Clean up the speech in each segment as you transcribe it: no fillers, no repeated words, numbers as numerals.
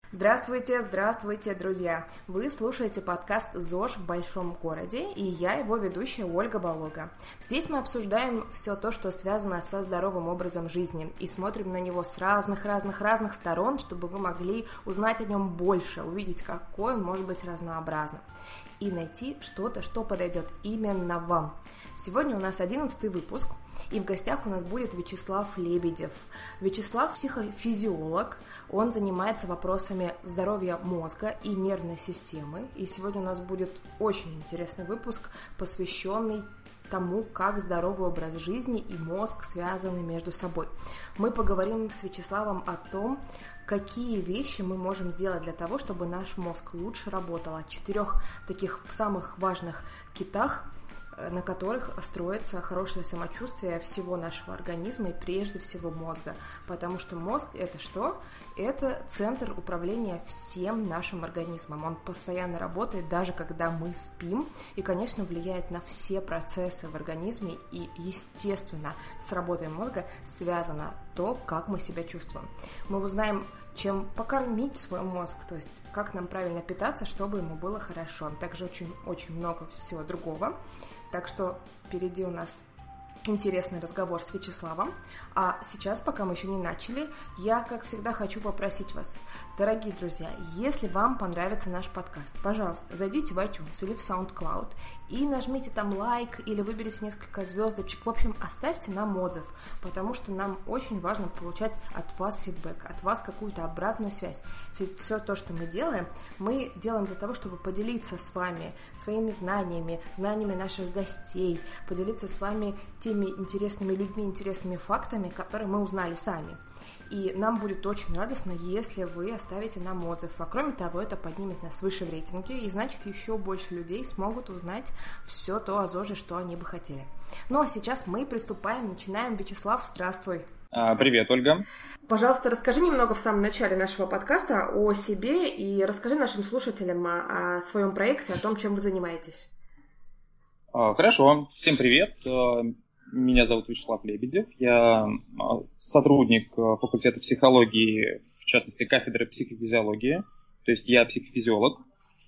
Здравствуйте, здравствуйте, друзья! Вы слушаете подкаст «ЗОЖ в большом городе», и я его ведущая Ольга Болога. Здесь мы обсуждаем все то, что связано со здоровым образом жизни, и смотрим на него с разных сторон, чтобы вы могли узнать о нем больше, увидеть, какой он может быть разнообразным, и найти что-то, что подойдет именно вам. Сегодня у нас 11-й выпуск, и в гостях у нас будет Вячеслав Лебедев. Вячеслав – психофизиолог, он занимается вопросами здоровья мозга и нервной системы. И сегодня у нас будет очень интересный выпуск, посвященный тому, как здоровый образ жизни и мозг связаны между собой. Мы поговорим с Вячеславом о том, какие вещи мы можем сделать для того, чтобы наш мозг лучше работал, о 4 таких самых важных китах, на которых строится хорошее самочувствие всего нашего организма и прежде всего мозга. Потому что мозг – это что? Это центр управления всем нашим организмом. Он постоянно работает, даже когда мы спим, и, конечно, влияет на все процессы в организме. И, естественно, с работой мозга связано то, как мы себя чувствуем. Мы узнаем, чем покормить свой мозг, то есть как нам правильно питаться, чтобы ему было хорошо. Также очень много всего другого. Так что впереди у нас интересный разговор с Вячеславом. А сейчас, пока мы еще не начали, я, как всегда, хочу попросить вас, дорогие друзья, если вам понравится наш подкаст, пожалуйста, зайдите в iTunes или в SoundCloud и нажмите там лайк или выберите несколько звездочек. В общем, оставьте нам отзыв, потому что нам очень важно получать от вас фидбэк, от вас какую-то обратную связь. Все то, что мы делаем для того, чтобы поделиться с вами своими знаниями наших гостей, поделиться с вами теми интересными людьми, интересными фактами, которые мы узнали сами. И нам будет очень радостно, если вы оставите нам отзыв. А кроме того, это поднимет нас выше в рейтинге, и значит, еще больше людей смогут узнать все то о ЗОЖе, что они бы хотели. Ну а сейчас мы приступаем, начинаем. Вячеслав, здравствуй. Привет, Ольга. Пожалуйста, расскажи немного в самом начале нашего подкаста о себе и расскажи нашим слушателям о своем проекте, о том, чем вы занимаетесь. Хорошо. Всем привет. Меня зовут Вячеслав Лебедев. Я сотрудник факультета психологии, в частности, кафедры психофизиологии. То есть я психофизиолог.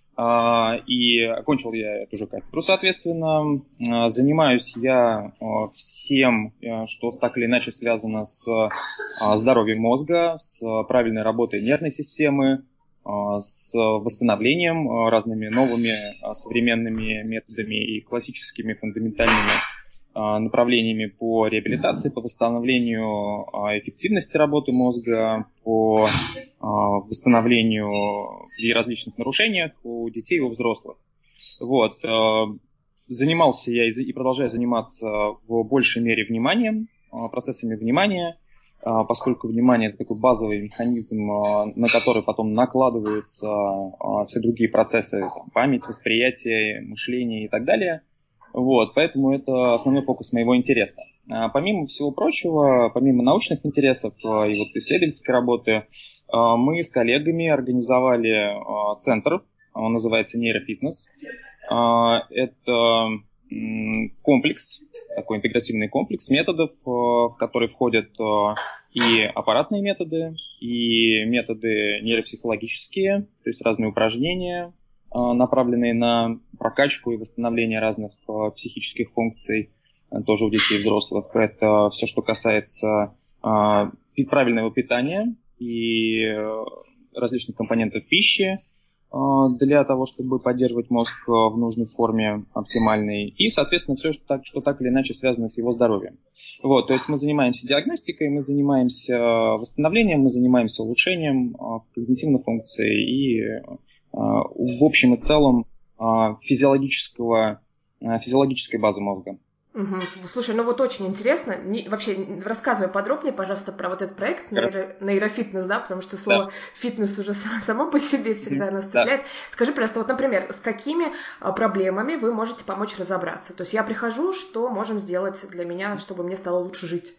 И окончил я эту же кафедру, соответственно. Занимаюсь я всем, что так или иначе связано с здоровьем мозга, с правильной работой нервной системы, с восстановлением разными новыми современными методами и классическими фундаментальными направлениями по реабилитации, по восстановлению эффективности работы мозга, по восстановлению при различных нарушениях у детей и у взрослых. Вот. Занимался я и продолжаю заниматься в большей мере вниманием, процессами внимания, поскольку внимание – это такой базовый механизм, на который потом накладываются все другие процессы, память, восприятие, мышление и так далее. Вот, поэтому это основной фокус моего интереса. Помимо всего прочего, помимо научных интересов и вот исследовательской работы, мы с коллегами организовали центр, он называется нейрофитнес. Это комплекс, такой интегративный комплекс методов, в который входят и аппаратные методы, и методы нейропсихологические, то есть разные упражнения, направленные на прокачку и восстановление разных психических функций, тоже у детей и взрослых. Это все, что касается правильного питания и различных компонентов пищи для того, чтобы поддерживать мозг в нужной форме, оптимальной, и, соответственно, все, что так или иначе связано с его здоровьем. Вот, то есть мы занимаемся диагностикой, мы занимаемся восстановлением, мы занимаемся улучшением когнитивных функций и в общем и целом физиологической базы мозга. Угу. Слушай, ну вот очень интересно. Вообще, рассказывай подробнее, пожалуйста, про вот этот проект нейрофитнес, да, потому что слово фитнес уже само по себе всегда нас цепляет. Да. Скажи, пожалуйста, вот, например, с какими проблемами вы можете помочь разобраться? То есть я прихожу, что можем сделать для меня, чтобы мне стало лучше жить?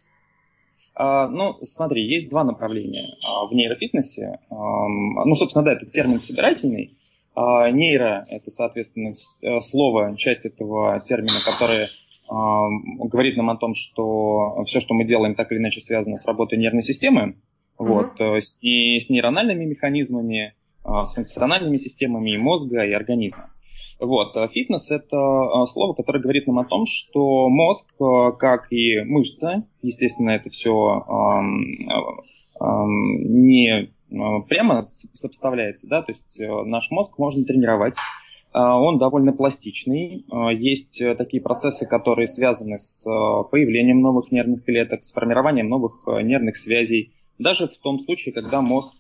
Ну, смотри, есть два направления в нейрофитнесе. Ну, собственно, да, это термин собирательный. Нейро – это, соответственно, слово, часть этого термина, которое говорит нам о том, что все, что мы делаем, так или иначе связано с работой нервной системы. Вот, с нейрональными механизмами, с функциональными системами и мозга, и организма. Вот, фитнес – это слово, которое говорит нам о том, что мозг, как и мышцы, естественно, это все не прямо сопоставляется, да, то есть наш мозг можно тренировать, он довольно пластичный, есть такие процессы, которые связаны с появлением новых нервных клеток, с формированием новых нервных связей, даже в том случае, когда мозг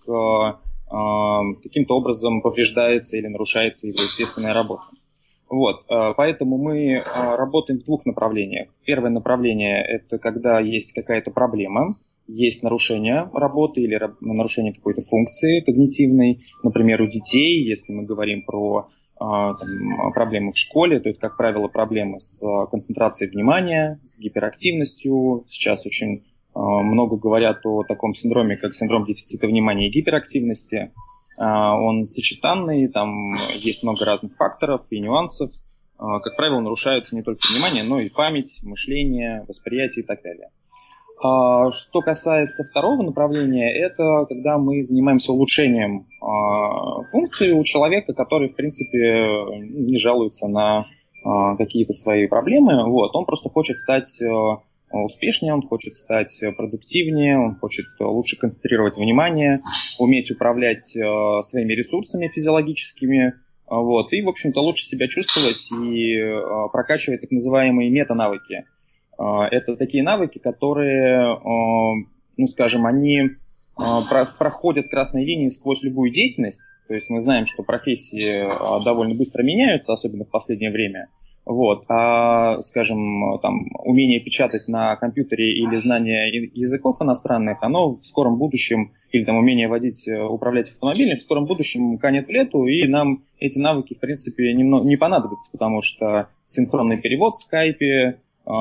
каким-то образом повреждается или нарушается его естественная работа. Вот, поэтому мы работаем в двух направлениях. Первое направление – это когда есть какая-то проблема, есть нарушение работы или нарушение какой-то функции когнитивной. Например, у детей, если мы говорим про проблемы в школе, то это, как правило, проблемы с концентрацией внимания, с гиперактивностью. Сейчас очень много говорят о таком синдроме, как синдром дефицита внимания и гиперактивности. Он сочетанный, там есть много разных факторов и нюансов. Как правило, нарушаются не только внимание, но и память, мышление, восприятие и так далее. Что касается второго направления, это когда мы занимаемся улучшением функций у человека, который, в принципе, не жалуется на какие-то свои проблемы. Вот. Он просто хочет стать успешнее, он хочет стать продуктивнее, он хочет лучше концентрировать внимание, уметь управлять своими ресурсами физиологическими, вот, и, в общем-то, лучше себя чувствовать и прокачивать так называемые метанавыки. Это такие навыки, которые, ну, скажем, они проходят красной линией сквозь любую деятельность. То есть мы знаем, что профессии довольно быстро меняются, особенно в последнее время. Вот. Скажем, там, умение печатать на компьютере или знание языков иностранных, оно в скором будущем, или там умение водить, управлять автомобилем, в скором будущем канет в лету, и нам эти навыки, в принципе, не понадобятся, потому что синхронный перевод в скайпе,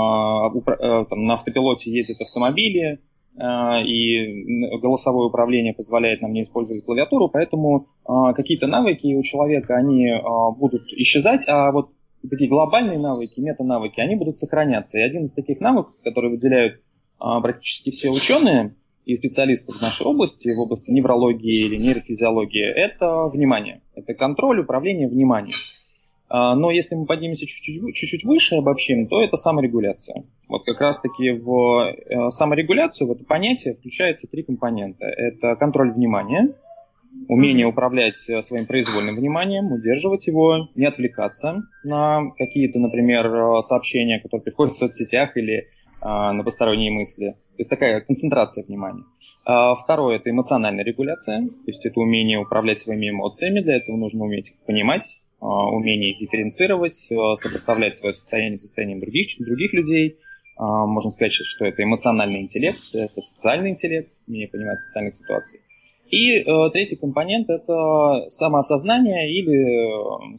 там, на автопилоте ездят автомобили, и голосовое управление позволяет нам не использовать клавиатуру, поэтому какие-то навыки у человека, они будут исчезать, а вот такие глобальные навыки, метанавыки, они будут сохраняться. И один из таких навыков, который выделяют практически все ученые и специалисты в нашей области, в области неврологии или нейрофизиологии, это внимание. Это контроль, управление вниманием. Но если мы поднимемся чуть-чуть выше и обобщим, то это саморегуляция. Вот как раз-таки в саморегуляцию, в это понятие включается три компонента. Это контроль внимания, умение управлять своим произвольным вниманием, удерживать его, не отвлекаться на какие-то, например, сообщения, которые приходят в соцсетях или на посторонние мысли. То есть такая концентрация внимания. Второе – это эмоциональная регуляция, то есть это умение управлять своими эмоциями. Для этого нужно уметь их понимать, умение их дифференцировать, сопоставлять свое состояние с состоянием других людей. Можно сказать, что это эмоциональный интеллект, это социальный интеллект, умение понимать социальных ситуаций. И третий компонент – это самоосознание или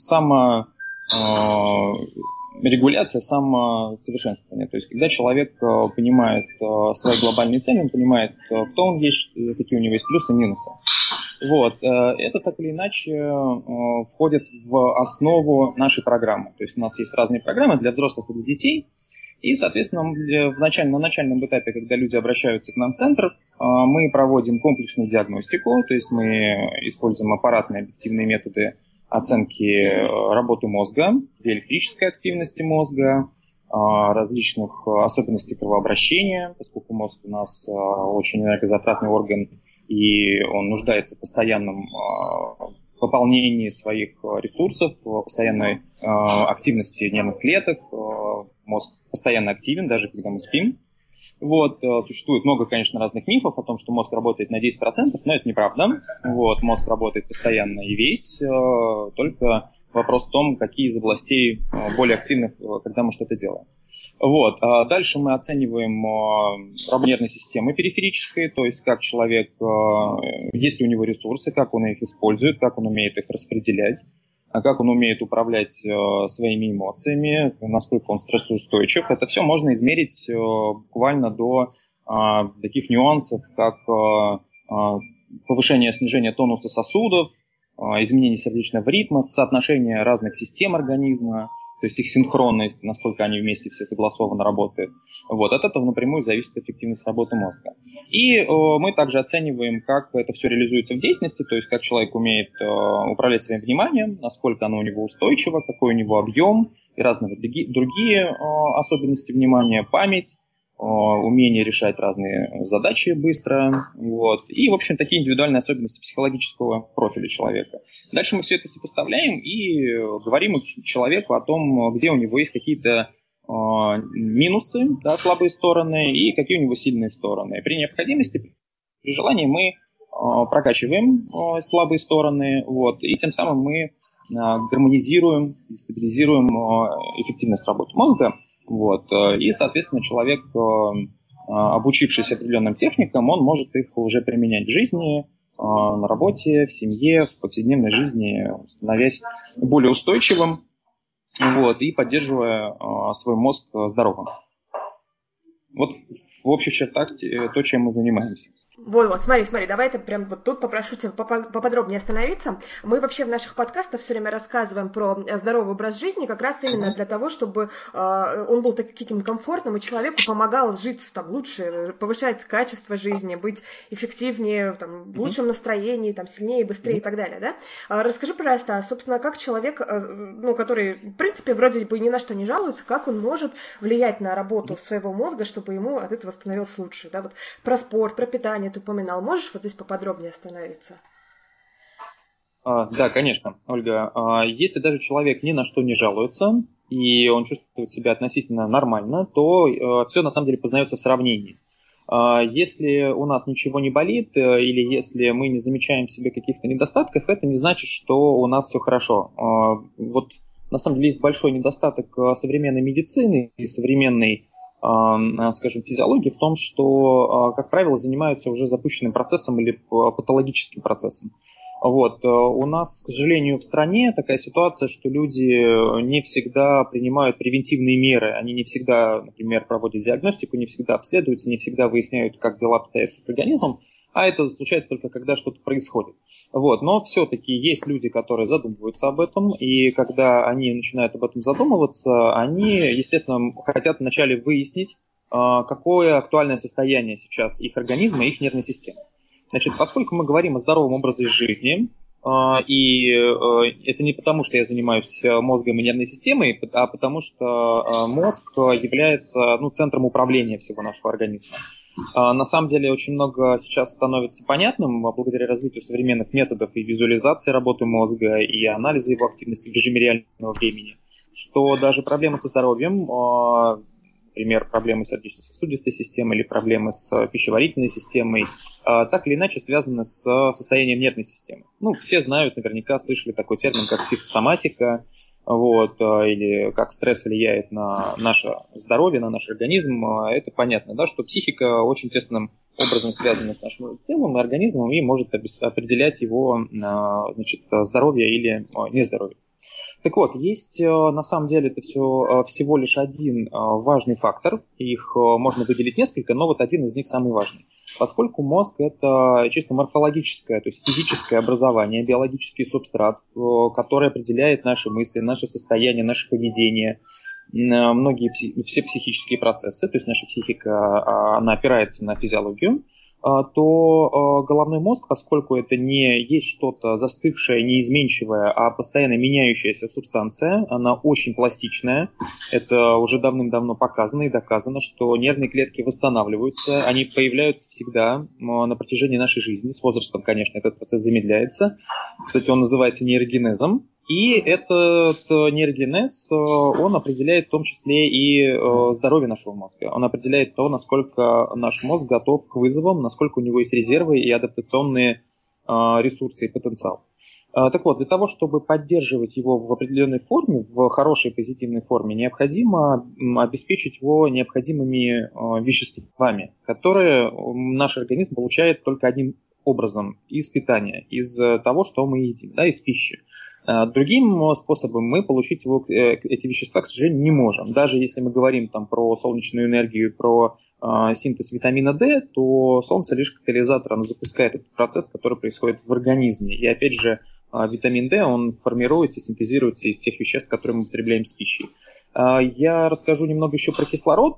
саморегуляция, самосовершенствование. То есть, когда человек понимает свои глобальные цели, он понимает, кто он есть, какие у него есть плюсы и минусы. Вот. Это так или иначе входит в основу нашей программы. То есть, у нас есть разные программы для взрослых и для детей. И, соответственно, на начальном этапе, когда люди обращаются к нам в центр, мы проводим комплексную диагностику, то есть мы используем аппаратные объективные методы оценки работы мозга, электрической активности мозга, различных особенностей кровообращения, поскольку мозг у нас очень энергозатратный орган, и он нуждается в постоянном пополнении своих ресурсов, постоянной активности нервных клеток. Мозг постоянно активен, даже когда мы спим. Вот. Существует много, конечно, разных мифов о том, что мозг работает на 10%, но это неправда. Вот. Мозг работает постоянно и весь, только вопрос в том, какие из областей более активны, когда мы что-то делаем. Вот. Дальше мы оцениваем работу нервной системы периферической, то есть как человек, есть ли у него ресурсы, как он их использует, как он умеет их распределять, как он умеет управлять своими эмоциями, насколько он стрессоустойчив. Это все можно измерить буквально до таких нюансов, как повышение и снижение тонуса сосудов, изменение сердечного ритма, соотношение разных систем организма, то есть их синхронность, насколько они вместе все согласованно работают. Вот, от этого напрямую зависит эффективность работы мозга. И мы также оцениваем, как это все реализуется в деятельности, то есть как человек умеет управлять своим вниманием, насколько оно у него устойчиво, какой у него объем и разные другие особенности внимания, память, умение решать разные задачи быстро, вот, и, в общем, такие индивидуальные особенности психологического профиля человека. Дальше мы все это сопоставляем и говорим человеку о том, где у него есть какие-то минусы, да, слабые стороны, и какие у него сильные стороны. При необходимости, при желании мы прокачиваем слабые стороны, вот, и тем самым мы гармонизируем и стабилизируем эффективность работы мозга. Вот. И, соответственно, человек, обучившись определенным техникам, он может их уже применять в жизни, на работе, в семье, в повседневной жизни, становясь более устойчивым, вот, и поддерживая свой мозг здоровым. Вот в общих чертах то, чем мы занимаемся. Вот, смотри, давай это прям вот тут попрошу тебя поподробнее остановиться. Мы вообще в наших подкастах все время рассказываем про здоровый образ жизни, как раз именно для того, чтобы он был таким комфортным, и человеку помогал жить там лучше, повышать качество жизни, быть эффективнее, там, в лучшем настроении, там, сильнее, быстрее и так далее, да? Расскажи, пожалуйста, собственно, как человек, ну, который, в принципе, вроде бы ни на что не жалуется, как он может влиять на работу своего мозга, чтобы ему от этого становилось лучше, да? Вот про спорт, про питание ты упоминал. Можешь вот здесь поподробнее остановиться? Да, конечно, Ольга. Если даже человек ни на что не жалуется, и он чувствует себя относительно нормально, то все на самом деле познается в сравнении. Если у нас ничего не болит, или если мы не замечаем в себе каких-то недостатков, это не значит, что у нас все хорошо. Вот на самом деле есть большой недостаток современной медицины и современной, скажем, физиологии в том, что, как правило, занимаются уже запущенным процессом или патологическим процессом. Вот. У нас, к сожалению, в стране такая ситуация, что люди не всегда принимают превентивные меры. Они не всегда, например, проводят диагностику, не всегда обследуются, не всегда выясняют, как дела обстоят с организмом. А это случается только когда что-то происходит. Вот. Но все-таки есть люди, которые задумываются об этом, и когда они начинают об этом задумываться, они, естественно, хотят вначале выяснить, какое актуальное состояние сейчас их организма и их нервной системы. Значит, поскольку мы говорим о здоровом образе жизни, и это не потому, что я занимаюсь мозгом и нервной системой, а потому что мозг является центром управления всего нашего организма. На самом деле очень много сейчас становится понятным благодаря развитию современных методов и визуализации работы мозга, и анализа его активности в режиме реального времени, что даже проблемы со здоровьем, например, проблемы сердечно-сосудистой системы или проблемы с пищеварительной системой, так или иначе связаны с состоянием нервной системы. Все знают, наверняка слышали такой термин, как психосоматика, вот, или как стресс влияет на наше здоровье, на наш организм. Это понятно, да, что психика очень тесным образом связана с нашим телом и организмом и может определять его, здоровье или нездоровье. Так вот, есть на самом деле это все всего лишь один важный фактор, их можно выделить несколько, но вот один из них самый важный. Поскольку мозг – это чисто морфологическое, то есть физическое образование, биологический субстрат, который определяет наши мысли, наше состояние, наше поведение, все психические процессы, то есть наша психика, она опирается на физиологию, то головной мозг, поскольку это не есть что-то застывшее, неизменчивое, а постоянно меняющаяся субстанция, она очень пластичная. Это уже давным-давно показано и доказано, что нервные клетки восстанавливаются, они появляются всегда на протяжении нашей жизни. С возрастом, конечно, этот процесс замедляется. Кстати, он называется нейрогенезом. И этот нейрогенез, он определяет в том числе и здоровье нашего мозга. Он определяет то, насколько наш мозг готов к вызовам, насколько у него есть резервы и адаптационные ресурсы и потенциал. Так вот, для того, чтобы поддерживать его в определенной форме, в хорошей позитивной форме, необходимо обеспечить его необходимыми веществами, которые наш организм получает только одним образом: из питания, из того, что мы едим, да, из пищи. Другим способом мы получить эти вещества, к сожалению, не можем. Даже если мы говорим там про солнечную энергию, про синтез витамина D, то солнце лишь катализатор, оно запускает этот процесс, который происходит в организме. И опять же, витамин D, он формируется, синтезируется из тех веществ, которые мы потребляем с пищей. Я расскажу немного еще про кислород.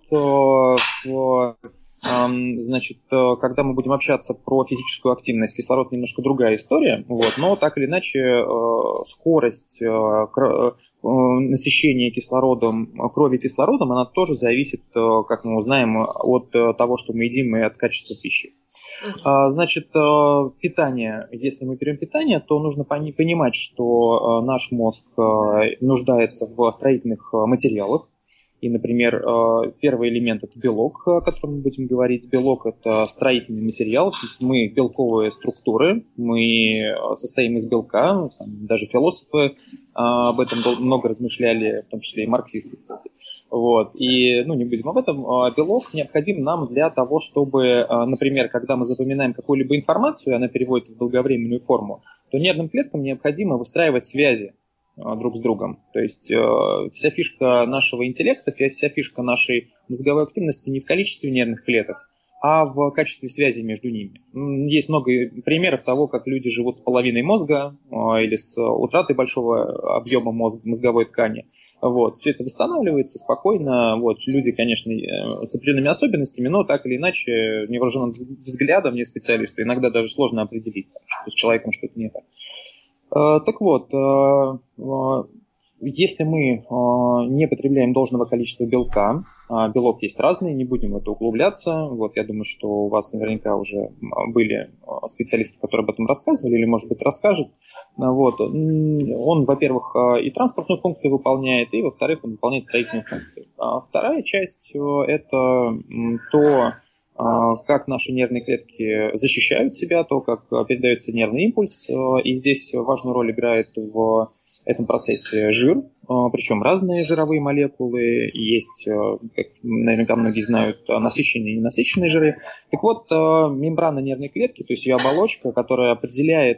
Значит, когда мы будем общаться про физическую активность, кислород немножко другая история, вот, но так или иначе скорость насыщения кислородом, крови кислородом, она тоже зависит, как мы узнаем, от того, что мы едим, и от качества пищи. Значит, питание. Если мы берем питание, то нужно понимать, что наш мозг нуждается в строительных материалах. И, например, первый элемент – это белок, о котором мы будем говорить. Белок – это строительный материал. Мы белковые структуры, мы состоим из белка. Даже философы об этом много размышляли, в том числе и марксисты, кстати. Вот. И, не будем об этом. Белок необходим нам для того, чтобы, например, когда мы запоминаем какую-либо информацию, она переводится в долговременную форму, то нервным клеткам необходимо выстраивать связи друг с другом. То есть вся фишка нашего интеллекта, вся фишка нашей мозговой активности не в количестве нервных клеток, а в качестве связи между ними. Есть много примеров того, как люди живут с половиной мозга или с утратой большого объема мозговой ткани. Вот. Все это восстанавливается спокойно. Вот. Люди, конечно, с определенными особенностями, но так или иначе, невооруженным взглядом, не специалисту, иногда даже сложно определить, что с человеком что-то не так. Так вот, если мы не потребляем должного количества белка, белок есть разный, не будем в это углубляться. Вот, я думаю, что у вас наверняка уже были специалисты, которые об этом рассказывали, или, может быть, расскажут. Вот. Он, во-первых, и транспортную функцию выполняет, и, во-вторых, он выполняет строительную функцию. Вторая часть – это то, как наши нервные клетки защищают себя, то, как передается нервный импульс. И здесь важную роль играет в этом процессе жир, причем разные жировые молекулы. Есть, как наверняка многие знают, насыщенные и ненасыщенные жиры. Так вот, мембрана нервной клетки, то есть ее оболочка, которая определяет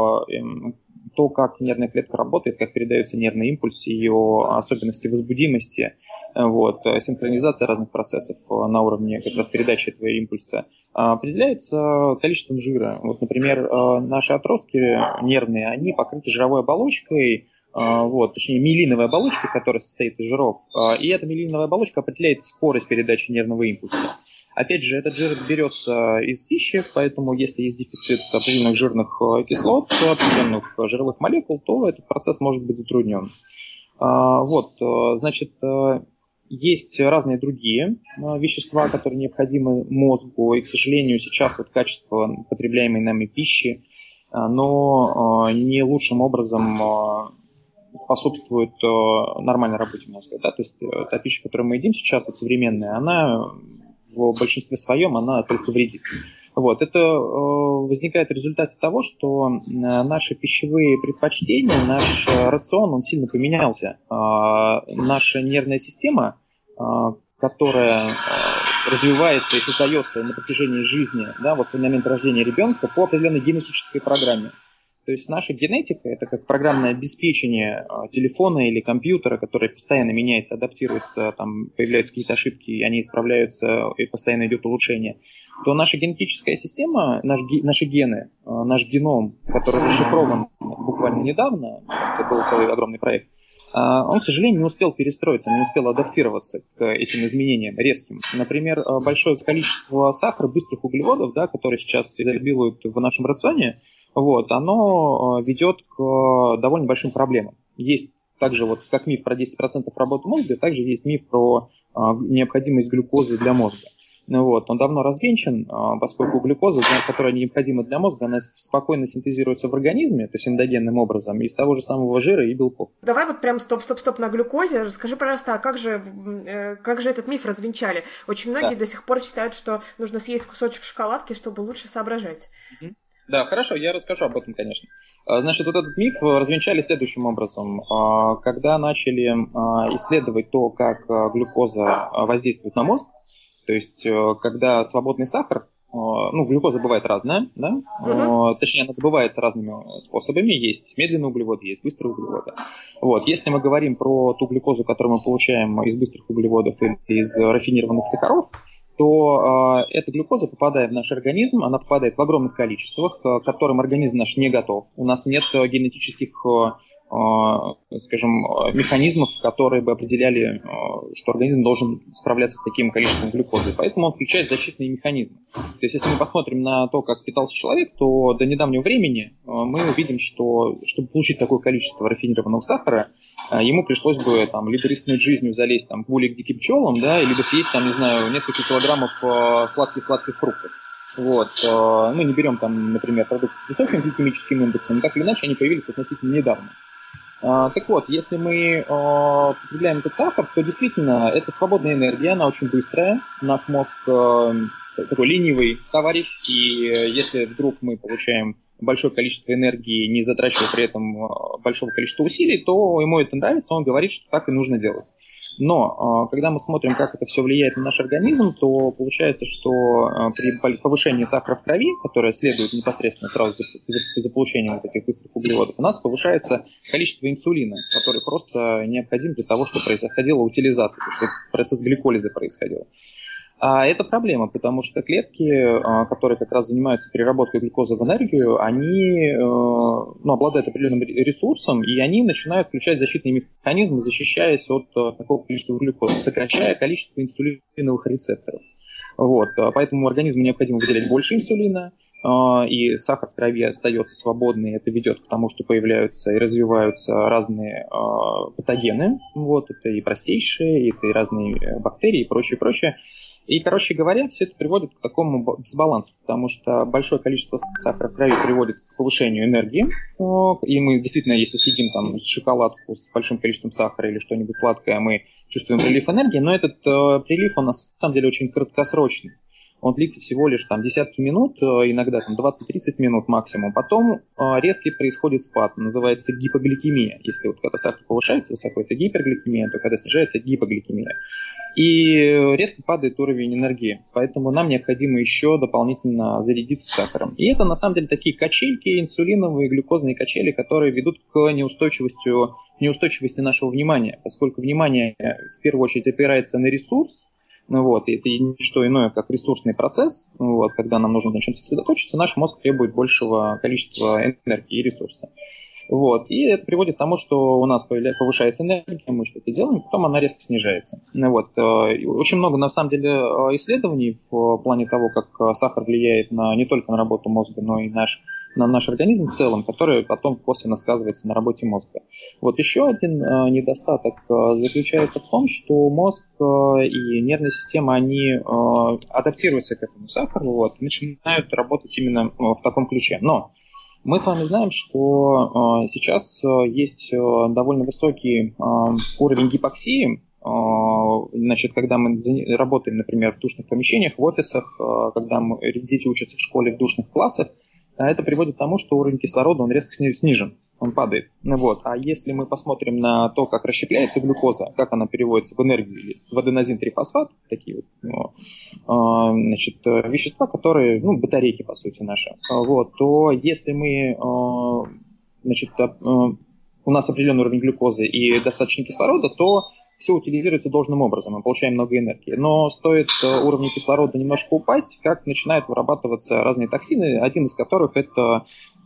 то, как нервная клетка работает, как передается нервный импульс, ее особенности возбудимости, вот, синхронизация разных процессов на уровне как раз передачи этого импульса, определяется количеством жира. Вот, например, наши отростки нервные, они покрыты жировой оболочкой, вот, точнее миелиновой оболочкой, которая состоит из жиров, и эта миелиновая оболочка определяет скорость передачи нервного импульса. Опять же, этот жир берется из пищи, поэтому если есть дефицит определенных жирных кислот, определенных жировых молекул, то этот процесс может быть затруднен. Вот, значит, есть разные другие вещества, которые необходимы мозгу, и, к сожалению, сейчас вот качество потребляемой нами пищи, но не лучшим образом способствует нормальной работе мозга. Да? То есть та пища, которую мы едим сейчас, вот современная, она в большинстве своем она только вредит. Вот. Это возникает в результате того, что наши пищевые предпочтения, наш рацион, он сильно поменялся. Наша нервная система, которая развивается и создается на протяжении жизни, да, вот в момент рождения ребенка по определенной генетической программе. То есть наша генетика – это как программное обеспечение телефона или компьютера, которое постоянно меняется, адаптируется, там появляются какие-то ошибки, и они исправляются, и постоянно идет улучшение. То наша генетическая система, наши гены, наш геном, который расшифрован буквально недавно, это был целый огромный проект, он, к сожалению, не успел перестроиться, не успел адаптироваться к этим изменениям резким. Например, большое количество сахара, быстрых углеводов, да, которые сейчас изобилуют в нашем рационе, вот, оно ведет к довольно большим проблемам. Есть также, вот, как миф про 10% работы мозга, также есть миф про необходимость глюкозы для мозга. Вот, он давно развенчан, поскольку глюкоза, которая необходима для мозга, она спокойно синтезируется в организме, то есть эндогенным образом, из того же самого жира и белков. Давай вот прям стоп на глюкозе. Расскажи, пожалуйста, а как же этот миф развенчали? Очень многие до сих пор считают, что нужно съесть кусочек шоколадки, чтобы лучше соображать. Да, хорошо, я расскажу об этом, конечно. Значит, вот этот миф развенчали следующим образом. Когда начали исследовать то, как глюкоза воздействует на мозг, то есть когда свободный сахар, глюкоза бывает разная, да? Точнее, она добывается разными способами. Есть медленные углеводы, есть быстрые углеводы. Вот. Если мы говорим про ту глюкозу, которую мы получаем из быстрых углеводов или из рафинированных сахаров, то эта глюкоза, попадая в наш организм, она попадает в огромных количествах, к которым организм наш не готов. У нас нет генетических, скажем, механизмов, которые бы определяли, что организм должен справляться с таким количеством глюкозы. Поэтому он включает защитные механизмы. То есть, если мы посмотрим на то, как питался человек, то до недавнего времени мы увидим, что чтобы получить такое количество рафинированного сахара, ему пришлось бы там, либо рискнуть жизнью, залезть там, к более диким пчелам, да, либо съесть, там, не знаю, несколько килограммов сладких фруктов. Вот. Мы не берем, там, например, продукты с высоким гликемическим индексом, но так или иначе они появились относительно недавно. Так вот, если мы потребляем этот сахар, то действительно это свободная энергия, она очень быстрая. Наш мозг такой ленивый товарищ, и если вдруг мы получаем большое количество энергии, не затрачивая при этом большого количества усилий, то ему это нравится, он говорит, что так и нужно делать. Но когда мы смотрим, как это все влияет на наш организм, то получается, что при повышении сахара в крови, которое следует непосредственно сразу за получением вот этих быстрых углеводов, у нас повышается количество инсулина, который просто необходим для того, чтобы происходила утилизация, чтобы процесс гликолиза происходил. А это проблема, потому что клетки, которые как раз занимаются переработкой глюкозы в энергию, они обладают определенным ресурсом, и они начинают включать защитные механизмы, защищаясь от такого количества глюкозы, сокращая количество инсулиновых рецепторов. Вот. Поэтому организму необходимо выделять больше инсулина, и сахар в крови остается свободный, это ведет к тому, что появляются и развиваются разные патогены. Вот. Это и простейшие, это и разные бактерии, и прочее, прочее. И, короче говоря, все это приводит к такому дисбалансу, потому что большое количество сахара в крови приводит к повышению энергии. И мы действительно, если съедим там шоколадку с большим количеством сахара или что-нибудь сладкое, мы чувствуем прилив энергии, но этот прилив, он на самом деле очень краткосрочный. Он длится всего лишь там, десятки минут, иногда там, 20-30 минут максимум. Потом резкий происходит спад, называется гипогликемия. Если вот когда сахар повышается высоко, это гипергликемия, то когда снижается, гипогликемия. И резко падает уровень энергии. Поэтому нам необходимо еще дополнительно зарядиться сахаром. И это на самом деле такие качельки, инсулиновые, глюкозные качели, которые ведут к неустойчивости нашего внимания. Поскольку внимание в первую очередь опирается на ресурс, вот, и это не что иное, как ресурсный процесс. Вот, когда нам нужно на чем-то сосредоточиться, наш мозг требует большего количества энергии и ресурса. Вот, и это приводит к тому, что у нас повышается энергия, мы что-то делаем, потом она резко снижается. Вот. Очень много, на самом деле, исследований в плане того, как сахар влияет не только на работу мозга, но и на наш организм в целом, который потом косвенно сказывается на работе мозга. Вот еще один недостаток заключается в том, что мозг и нервная система, они адаптируются к этому сахару, вот, начинают работать именно в таком ключе. Но мы с вами знаем, что сейчас есть довольно высокий уровень гипоксии. Значит, когда мы работаем, например, в душных помещениях, в офисах, когда дети учатся в школе в душных классах, это приводит к тому, что уровень кислорода он резко снижен, он падает. Вот. А если мы посмотрим на то, как расщепляется глюкоза, как она переводится в энергию, в аденозин-трифосфат, такие вот, значит, вещества, которые, батарейки, по сути, наши, вот, то если мы, значит, у нас определенный уровень глюкозы и достаточно кислорода, то все утилизируется должным образом, мы получаем много энергии. Но стоит уровню кислорода немножко упасть, как начинают вырабатываться разные токсины, один из которых это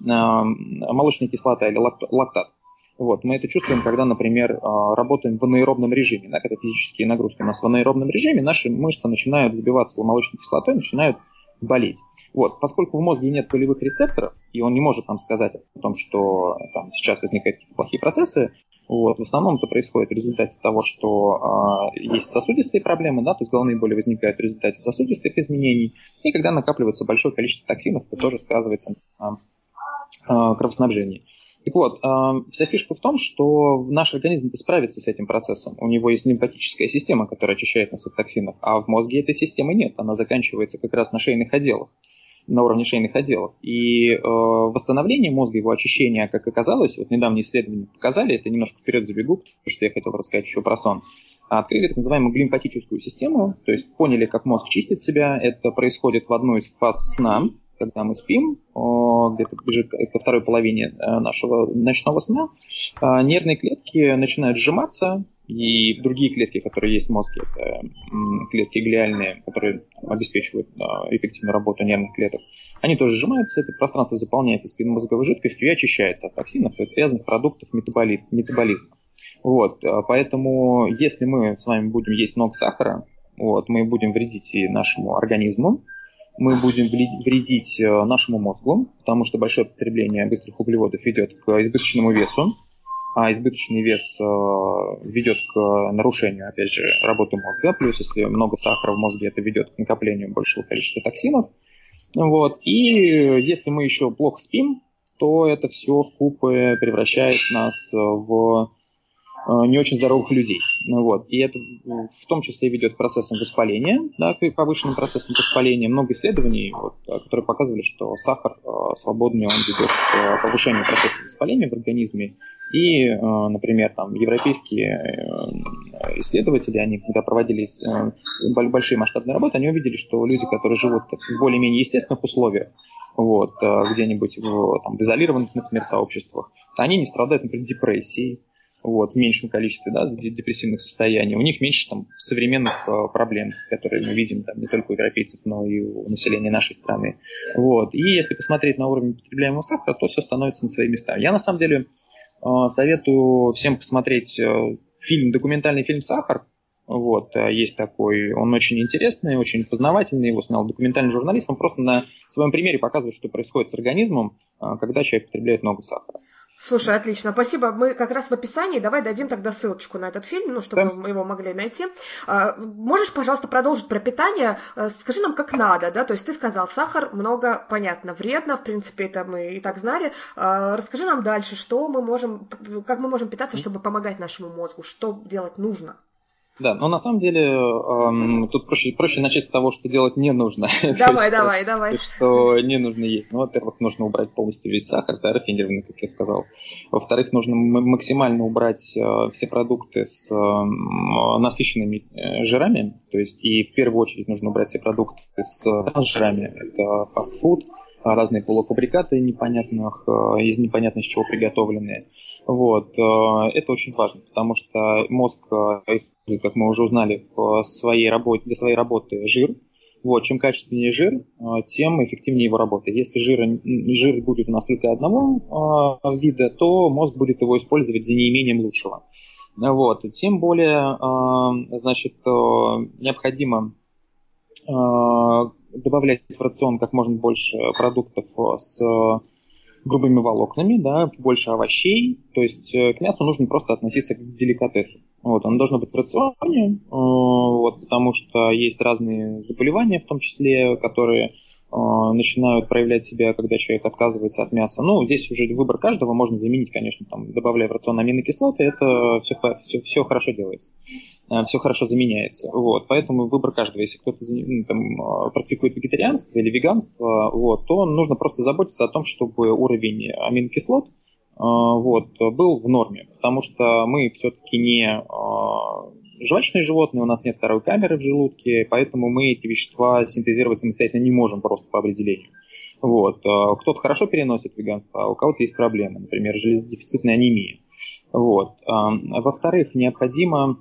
молочная кислота или лактат. Вот. Мы это чувствуем, когда, например, работаем в анаэробном режиме, да, когда физические нагрузки у нас в анаэробном режиме, наши мышцы начинают забиваться молочной кислотой, начинают болеть. Вот. Поскольку в мозге нет полевых рецепторов, и он не может нам сказать о том, что там, сейчас возникают какие-то плохие процессы, вот. В основном это происходит в результате того, что есть сосудистые проблемы, да, то есть головные боли возникают в результате сосудистых изменений, и когда накапливается большое количество токсинов, это тоже сказывается на кровоснабжении. Так вот, вся фишка в том, что наш организм справится с этим процессом. У него есть лимфатическая система, которая очищает нас от токсинов, а в мозге этой системы нет, она заканчивается как раз на шейных отделах. На уровне шейных отделов. И восстановление мозга, его очищение, как оказалось, вот недавние исследования показали, это немножко вперед забегу, потому что я хотел рассказать еще про сон, открыли так называемую глимфатическую систему, то есть поняли, как мозг чистит себя, это происходит в одной из фаз сна, когда мы спим, где-то ближе ко второй половине нашего ночного сна, нервные клетки начинают сжиматься, и другие клетки, которые есть в мозге, это клетки глиальные, которые обеспечивают эффективную работу нервных клеток, они тоже сжимаются, это пространство заполняется спинномозговой жидкостью и очищается от токсинов и от грязных продуктов метаболизма. Вот, поэтому если мы с вами будем есть много сахара, вот, мы будем вредить и нашему организму, мы будем вредить нашему мозгу, потому что большое потребление быстрых углеводов ведет к избыточному весу, а избыточный вес ведет к нарушению, опять же, работы мозга. Плюс, если много сахара в мозге, это ведет к накоплению большего количества токсинов. Вот. И если мы еще плохо спим, то это все вкупе превращает нас в не очень здоровых людей. Вот. И это в том числе ведет к процессам воспаления, да, к повышенным процессам воспаления. Много исследований, вот, которые показывали, что сахар свободный, он ведет к повышению процесса воспаления в организме. И, например, там, европейские исследователи, они когда проводили большие масштабные работы, они увидели, что люди, которые живут в более-менее естественных условиях, вот, где-нибудь в изолированных, например, сообществах, они не страдают, например, депрессией, вот, в меньшем количестве, да, депрессивных состояний. У них меньше там современных проблем, которые мы видим там, не только у европейцев, но и у населения нашей страны. Вот. И если посмотреть на уровень потребляемого сахара, то все становится на свои места. Я на самом деле советую всем посмотреть документальный фильм «Сахар». Вот, есть такой, он очень интересный, очень познавательный, его снял документальный журналист, он просто на своем примере показывает, что происходит с организмом, когда человек потребляет много сахара. Слушай, отлично, спасибо. Мы как раз в описании, давай дадим тогда ссылочку на этот фильм, чтобы мы его могли найти. Можешь, пожалуйста, продолжить про питание? Скажи нам, как надо, да? То есть ты сказал, сахар много, понятно, вредно, в принципе, это мы и так знали. Расскажи нам дальше, как мы можем питаться, чтобы помогать нашему мозгу, что делать нужно? Да, но на самом деле тут проще начать с того, что делать не нужно. Давай. Что не нужно есть. Ну, во-первых, нужно убрать полностью весь сахар, да, рафинированный, как я сказал. Во-вторых, нужно максимально убрать все продукты с насыщенными жирами. То есть, и в первую очередь нужно убрать все продукты с трансжирами. Это фастфуд, разные полуфабрикаты из непонятно из чего приготовленные. Вот. Это очень важно, потому что мозг использует, как мы уже узнали, для своей работы жир. Вот. Чем качественнее жир, тем эффективнее его работа. Если жир будет у нас только одного вида, то мозг будет его использовать за неимением лучшего. Вот. Тем более, необходимо добавлять в рацион как можно больше продуктов с грубыми волокнами, да, больше овощей. То есть к мясу нужно просто относиться как к деликатесу. Вот, оно должно быть в рационе, вот, потому что есть разные заболевания, в том числе, которые начинают проявлять себя, когда человек отказывается от мяса. Ну, здесь уже выбор каждого, можно заменить, конечно, там, добавляя в рацион аминокислоты, это все хорошо делается, все хорошо заменяется. Вот, поэтому выбор каждого. Если кто-то практикует вегетарианство или веганство, вот, то нужно просто заботиться о том, чтобы уровень аминокислот был в норме, потому что мы все-таки не жвачные животные, у нас нет второй камеры в желудке, поэтому мы эти вещества синтезировать самостоятельно не можем просто по определению. Вот. Кто-то хорошо переносит веганство, а у кого-то есть проблемы, например, железодефицитная анемия. Вот. Во-вторых, необходимо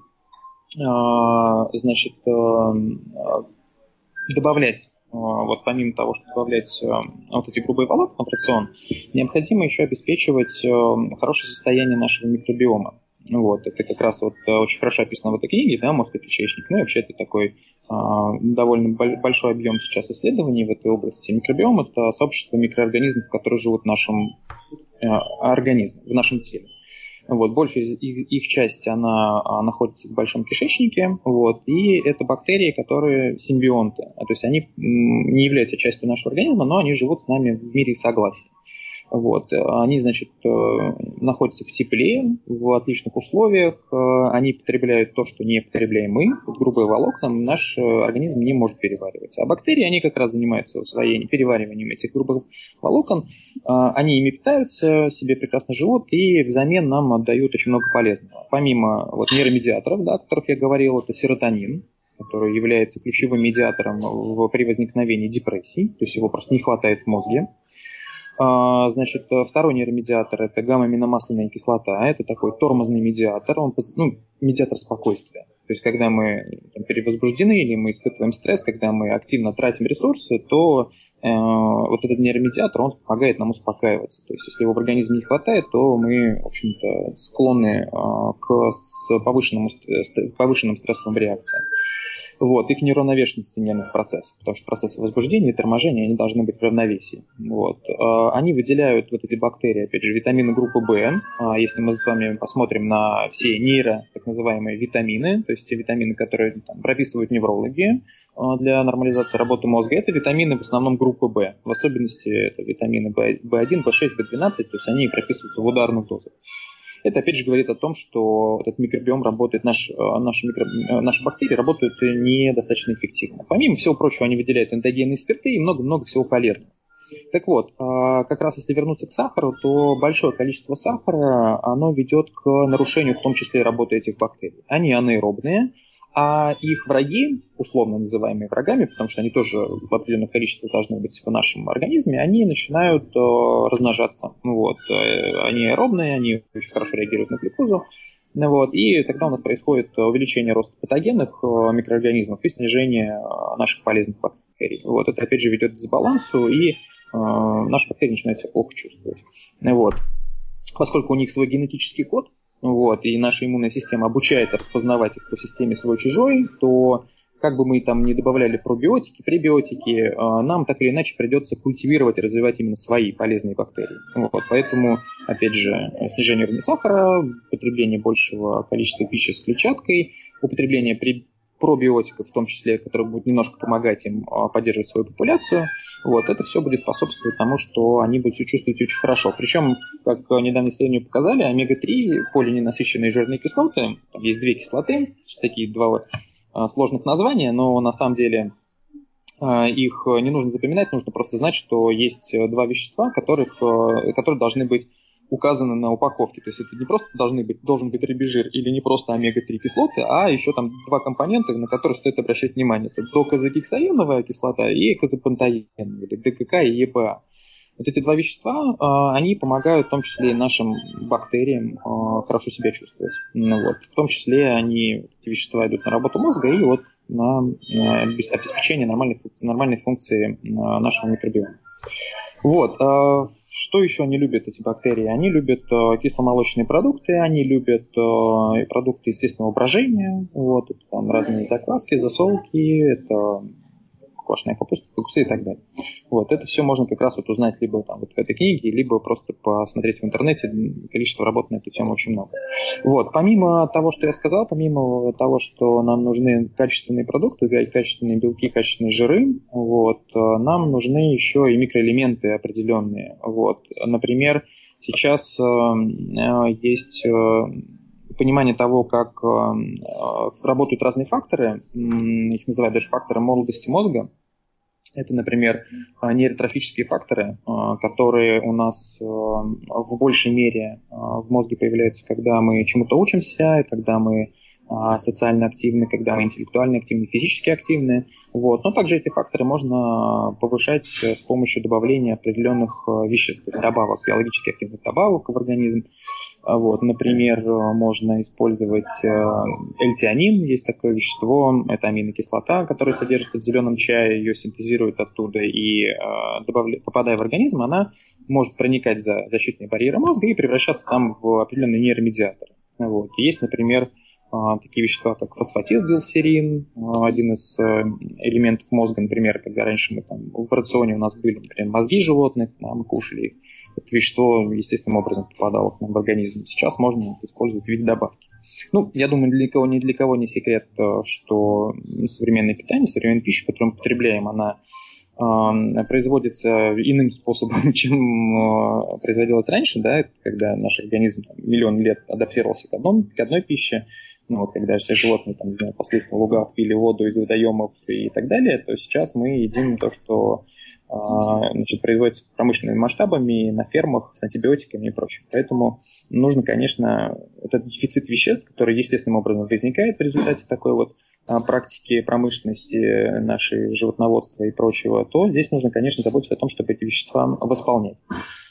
добавлять, вот помимо того, что добавлять вот эти грубые волокна в рацион, необходимо еще обеспечивать хорошее состояние нашего микробиома. Вот, это как раз вот очень хорошо описано в этой книге, да, мозг и кишечник. Ну и вообще это такой довольно большой объем сейчас исследований в этой области. Микробиом – это сообщество микроорганизмов, которые живут в нашем организме, в нашем теле. Вот, большая их часть, она находится в большом кишечнике, вот, и это бактерии, которые симбионты. То есть они не являются частью нашего организма, но они живут с нами в мире согласия. Вот. Они, находятся в тепле, в отличных условиях, они потребляют то, что не потребляем мы, вот грубые волокна наш организм не может переваривать. А бактерии, они как раз занимаются перевариванием этих грубых волокон, они ими питаются, себе прекрасно живут и взамен нам отдают очень много полезного. Помимо нейромедиаторов, да, о которых я говорил, это серотонин, который является ключевым медиатором при возникновении депрессии, то есть его просто не хватает в мозге. Второй нейромедиатор – это гамма-аминомасляная кислота. Это такой тормозный медиатор. Он медиатор спокойствия. То есть, когда мы перевозбуждены или мы испытываем стресс, когда мы активно тратим ресурсы, то вот этот нейромедиатор, он помогает нам успокаиваться. То есть, если его в организме не хватает, то мы, в общем-то, склонны к повышенным стрессовым реакциям. Вот, и к неуравновешенности нервных процессов, потому что процессы возбуждения и торможения, они должны быть в равновесии. Вот. Они выделяют вот эти бактерии, опять же, витамины группы В. Если мы с вами посмотрим на все так называемые витамины, то есть те витамины, которые прописывают неврологи для нормализации работы мозга, это витамины в основном группы В. В особенности это витамины В1, В6, В12, то есть они прописываются в ударных дозах. Это, опять же, говорит о том, что этот микробиом работает, наши бактерии работают недостаточно эффективно. Помимо всего прочего, они выделяют эндогенные спирты и много-много всего полезного. Так вот, как раз если вернуться к сахару, то большое количество сахара, оно ведет к нарушению, в том числе, работы этих бактерий. Они анаэробные, а их враги, условно называемые врагами, потому что они тоже в определенном количестве должны быть в нашем организме, они начинают размножаться. Вот. Они аэробные, они очень хорошо реагируют на глюкозу. Вот. И тогда у нас происходит увеличение роста патогенных микроорганизмов и снижение наших полезных бактерий. Вот. Это опять же ведет к дисбалансу, и наши бактерии начинают себя плохо чувствовать. Вот. Поскольку у них свой генетический код, вот, и наша иммунная система обучается распознавать их по системе свой-чужой, то как бы мы там ни добавляли пробиотики, пребиотики, нам так или иначе придется культивировать и развивать именно свои полезные бактерии. Вот, поэтому, опять же, снижение уровня сахара, употребление большего количества пищи с клетчаткой, употребление пробиотиков, в том числе, которые будут немножко помогать им поддерживать свою популяцию, вот, это все будет способствовать тому, что они будут себя чувствовать очень хорошо. Причем, как недавние исследования показали, омега-3 полиненасыщенные жирные кислоты, там есть две кислоты, такие два сложных названия, но на самом деле их не нужно запоминать, нужно просто знать, что есть два вещества, которые должны быть указаны на упаковке. То есть это не просто должен быть рыбий жир или не просто омега-3 кислоты, а еще там два компонента, на которые стоит обращать внимание. Это докозагексаеновая кислота и эйкозапантоеновая, или ДКК и ЕПА. Вот эти два вещества, они помогают в том числе и нашим бактериям хорошо себя чувствовать. Вот. В том числе эти вещества идут на работу мозга и вот на обеспечение нормальной функции нашего микробиома. Вот. Что еще они любят, эти бактерии? Они любят кисломолочные продукты, они любят продукты естественного брожения, вот, это там разные закваски, засолки, это квашеная капуста, куксы и так далее. Вот, это все можно как раз вот узнать либо там, вот в этой книге, либо просто посмотреть в интернете, количество работ на эту тему очень много. Вот, помимо того, что я сказал, помимо того, что нам нужны качественные продукты, качественные белки, качественные жиры, вот, нам нужны еще и микроэлементы определенные. Вот, например, сейчас есть понимание того, как работают разные факторы, их называют даже факторы молодости мозга. Это, например, нейротрофические факторы, которые у нас в большей мере в мозге появляются, когда мы чему-то учимся, когда мы социально активны, когда мы интеллектуально активны, физически активны. Вот. Но также эти факторы можно повышать с помощью добавления определенных веществ, добавок, биологически активных добавок в организм. Вот. Например, можно использовать L-тианин, есть такое вещество, это аминокислота, которая содержится в зеленом чае, ее синтезируют оттуда и, попадая в организм, она может проникать за защитные барьеры мозга и превращаться там в определенные нейромедиаторы. Вот. Есть, например, такие вещества, как фосфатилдилсерин, один из элементов мозга, например, когда раньше мы там в рационе у нас были, например, мозги животных, мы кушали их. Это вещество естественным образом попадало к нам в организм. Сейчас можно использовать в виде добавки. Ну, я думаю, ни для кого не секрет, что современное питание, современная пища, которую мы потребляем, она производится иным способом, чем производилось раньше, да, когда наш организм миллион лет адаптировался к одной пище, ну, вот, когда все животные, там, не знаю, паслись на лугах, пили воду из водоемов и так далее, то сейчас мы едим то, что производится промышленными масштабами на фермах с антибиотиками и прочим. Поэтому нужно, конечно, этот дефицит веществ, который естественным образом возникает в результате такой вот практики промышленности, нашей животноводства и прочего, то здесь нужно, конечно, заботиться о том, чтобы эти вещества восполнять.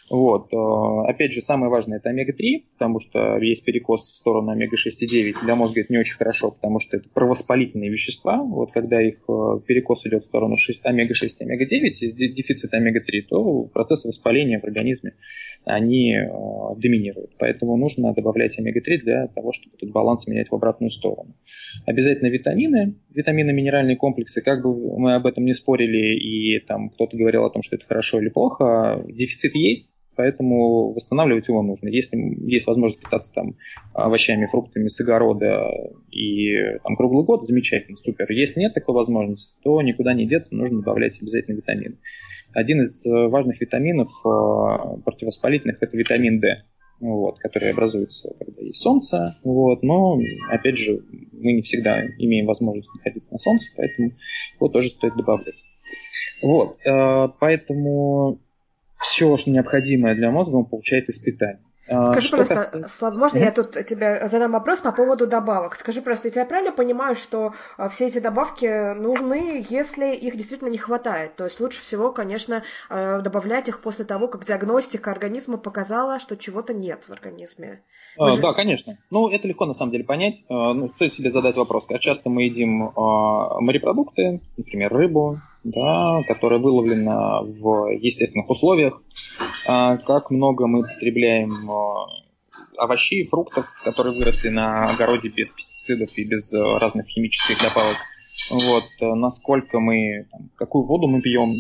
Вот. Опять же, самое важное – это омега-3, потому что есть перекос в сторону омега-6,9. Для мозга это не очень хорошо, потому что это провоспалительные вещества. Вот когда их перекос идет в сторону омега-6 и омега-9, дефицит омега-3, то процессы воспаления в организме, они доминируют. Поэтому нужно добавлять омега-3 для того, чтобы этот баланс менять в обратную сторону. Обязательно витамины, минеральные комплексы. Как бы мы об этом не спорили, и там кто-то говорил о том, что это хорошо или плохо, дефицит есть. Поэтому восстанавливать его нужно. Если есть возможность питаться там овощами, фруктами с огорода и там круглый год, замечательно, супер. Если нет такой возможности, то никуда не деться, нужно добавлять обязательно витамины. Один из важных витаминов противовоспалительных – это витамин D, вот, который образуется, когда есть солнце. Вот, но, опять же, мы не всегда имеем возможность находиться на солнце, поэтому его тоже стоит добавлять. Вот, поэтому все, что необходимое для мозга, он получает из питания. Скажи, пожалуйста, Слав, можно я тут тебе задам вопрос по поводу добавок? Скажи, просто, я тебя правильно понимаю, что все эти добавки нужны, если их действительно не хватает? То есть лучше всего, конечно, добавлять их после того, как диагностика организма показала, что чего-то нет в организме. Да, конечно. Ну, это легко на самом деле понять. Стоит себе задать вопрос, как часто мы едим морепродукты, например, рыбу, да, которая выловлена в естественных условиях, как много мы потребляем овощей, фруктов, которые выросли на огороде без пестицидов и без разных химических добавок. Вот, насколько мы, какую воду мы пьем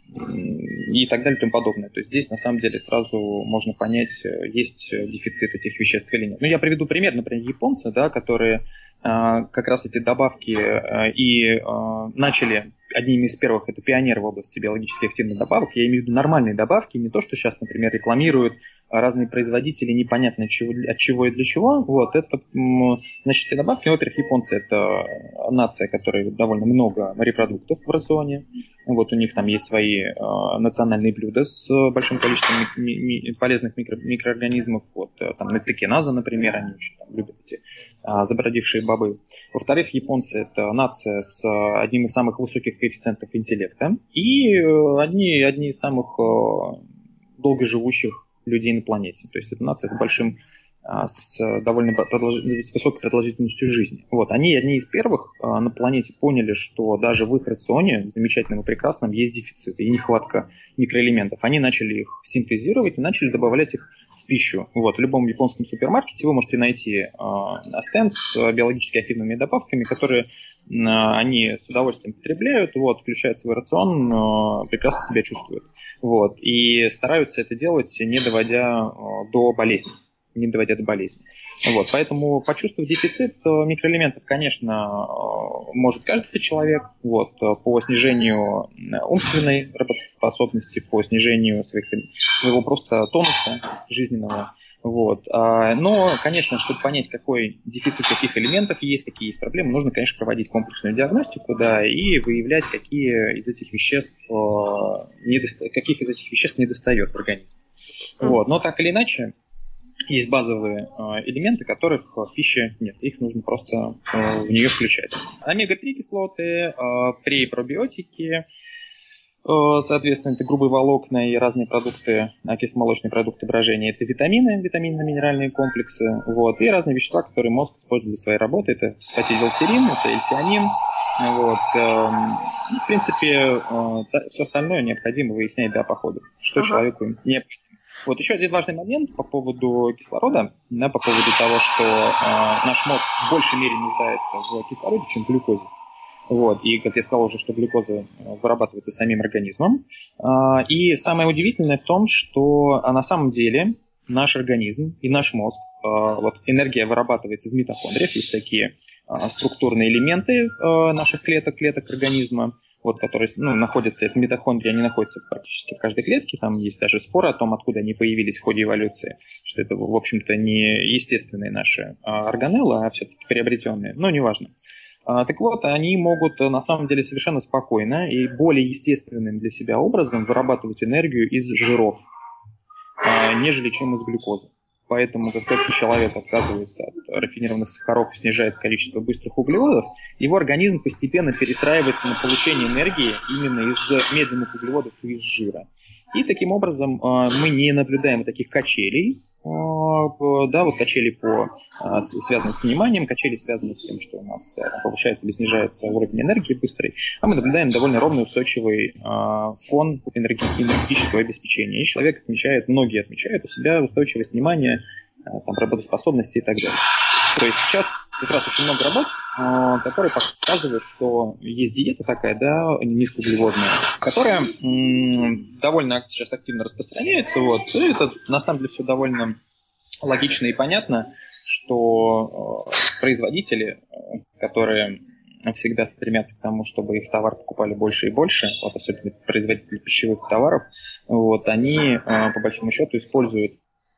и так далее и тому подобное. То есть здесь на самом деле сразу можно понять, есть дефицит этих веществ или нет. Ну, я приведу пример, например, японцы, да, которые как раз эти добавки и начали одними из первых, это пионеры в области биологически активных добавок. Я имею в виду нормальные добавки, не то, что сейчас, например, рекламируют разные производители, непонятно от чего и для чего. Вот, это, значит, эти добавки, во-первых, японцы – это нация, которая довольно много морепродуктов в рационе. Вот у них там есть свои национальные блюда с большим количеством полезных микроорганизмов. Вот, там нектокиназа, например, они очень любят эти забродившие бобы. Во-вторых, японцы – это нация с одним из самых высоких коэффициентов интеллекта и одни из самых долгоживущих людей на планете. То есть это нация с довольно с высокой продолжительностью жизни. Вот. Они одни из первых на планете поняли, что даже в их рационе, замечательном и прекрасном, есть дефицит и нехватка микроэлементов. Они начали их синтезировать и начали добавлять их в пищу. Вот. В любом японском супермаркете вы можете найти стенд с биологически активными добавками, которые они с удовольствием потребляют, вот, включают в свой рацион, прекрасно себя чувствуют. Вот. И стараются это делать, не доводя до болезни. Вот, поэтому почувствовать дефицит микроэлементов, конечно, может каждый человек, вот, по снижению умственной работоспособности, по снижению своего просто тонуса жизненного. Вот. Но, конечно, чтобы понять, какой дефицит каких элементов есть, какие есть проблемы, нужно, конечно, проводить комплексную диагностику, да, и выявлять, каких из этих веществ недостает в организме. Вот. Но так или иначе, есть базовые элементы, которых в пище нет. Их нужно просто в нее включать. Омега-3 кислоты, пробиотики, соответственно, это грубые волокна и разные продукты, кисломолочные продукты брожения. Это витаминно-минеральные комплексы, вот, и разные вещества, которые мозг использует для своей работы. Это фосфатидилсерин, это L-тианин. Вот. В принципе, все остальное необходимо выяснять по ходу, что человеку необходимо. Вот еще один важный момент по поводу кислорода, да, по поводу того, что наш мозг в большей мере нуждается в кислороде, чем в глюкозе. Вот. И, как я сказал уже, что глюкоза вырабатывается самим организмом. И самое удивительное в том, что на самом деле наш организм и наш мозг, вот энергия вырабатывается в митохондриях, есть такие структурные элементы наших клеток организма, вот, которые находятся, это митохондрии, они находятся практически в каждой клетке, там есть даже споры о том, откуда они появились в ходе эволюции, что это, в общем-то, не естественные наши органеллы, а все-таки приобретенные, но неважно. Так вот, они могут на самом деле совершенно спокойно и более естественным для себя образом вырабатывать энергию из жиров, нежели чем из глюкозы. Поэтому, как только человек отказывается от рафинированных сахаров и снижает количество быстрых углеводов, его организм постепенно перестраивается на получение энергии именно из медленных углеводов и из жира. И таким образом мы не наблюдаем таких качелей, да, вот качели связанные с вниманием, качели связаны с тем, что у нас повышается или снижается уровень энергии быстрый, а мы наблюдаем довольно ровный, устойчивый фон энергетического обеспечения. И человек многие отмечают у себя устойчивость внимания, там, работоспособности и так далее. То есть сейчас как раз очень много работ, которые показывают, что есть диета такая, да, низкоуглеводная, которая довольно сейчас активно распространяется. Вот. И это на самом деле все довольно логично и понятно, что производители, которые всегда стремятся к тому, чтобы их товар покупали больше и больше, вот особенно производители пищевых товаров, вот, они по большому счету используют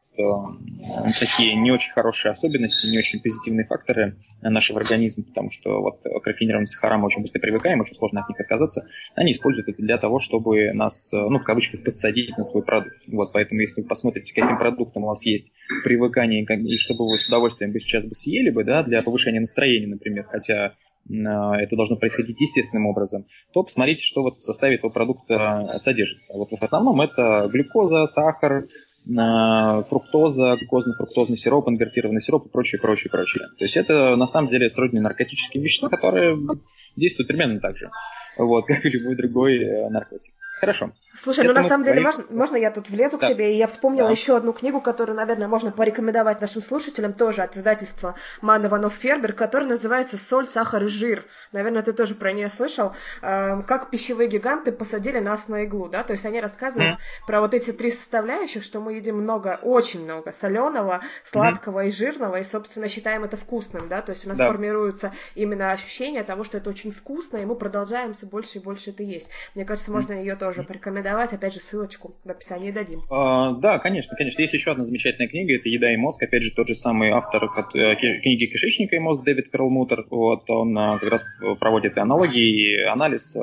такие не очень хорошие особенности, не очень позитивные факторы нашего организма, потому что вот к рафинированным сахарам мы очень быстро привыкаем, очень сложно от них отказаться. Они используют это для того, чтобы нас, в кавычках, подсадить на свой продукт. Вот, поэтому если вы посмотрите, каким продуктом у вас есть привыкание, и чтобы вы с удовольствием сейчас съели бы, да, для повышения настроения, например, хотя это должно происходить естественным образом, то посмотрите, что вот в составе этого продукта содержится. Вот в основном это глюкоза, сахар, фруктоза, глюкозно-фруктозный сироп, инвертированный сироп и прочее. То есть это на самом деле сродни наркотические вещества, которые действуют примерно так же, вот, как и любой другой наркотик. Хорошо. Слушай, на самом деле, можно я тут влезу к тебе? И я вспомнила еще одну книгу, которую, наверное, можно порекомендовать нашим слушателям, тоже от издательства Ман Иванов Фербер, которая называется «Соль, сахар и жир». Наверное, ты тоже про нее слышал. Как пищевые гиганты посадили нас на иглу, да? То есть они рассказывают про вот эти 3 составляющих, что мы едим очень много соленого, сладкого и жирного, и, собственно, считаем это вкусным, да? То есть у нас формируется именно ощущение того, что это очень вкусно, и мы продолжаем все больше и больше это есть. Мне кажется, можно ее тоже порекомендовать. Опять же, ссылочку в описании дадим. Да, конечно. Есть еще одна замечательная книга, это «Еда и мозг». Опять же, тот же самый автор книги «Кишечника и мозг» Дэвид Перлмутер. Вот, он как раз проводит и аналогии, и анализ,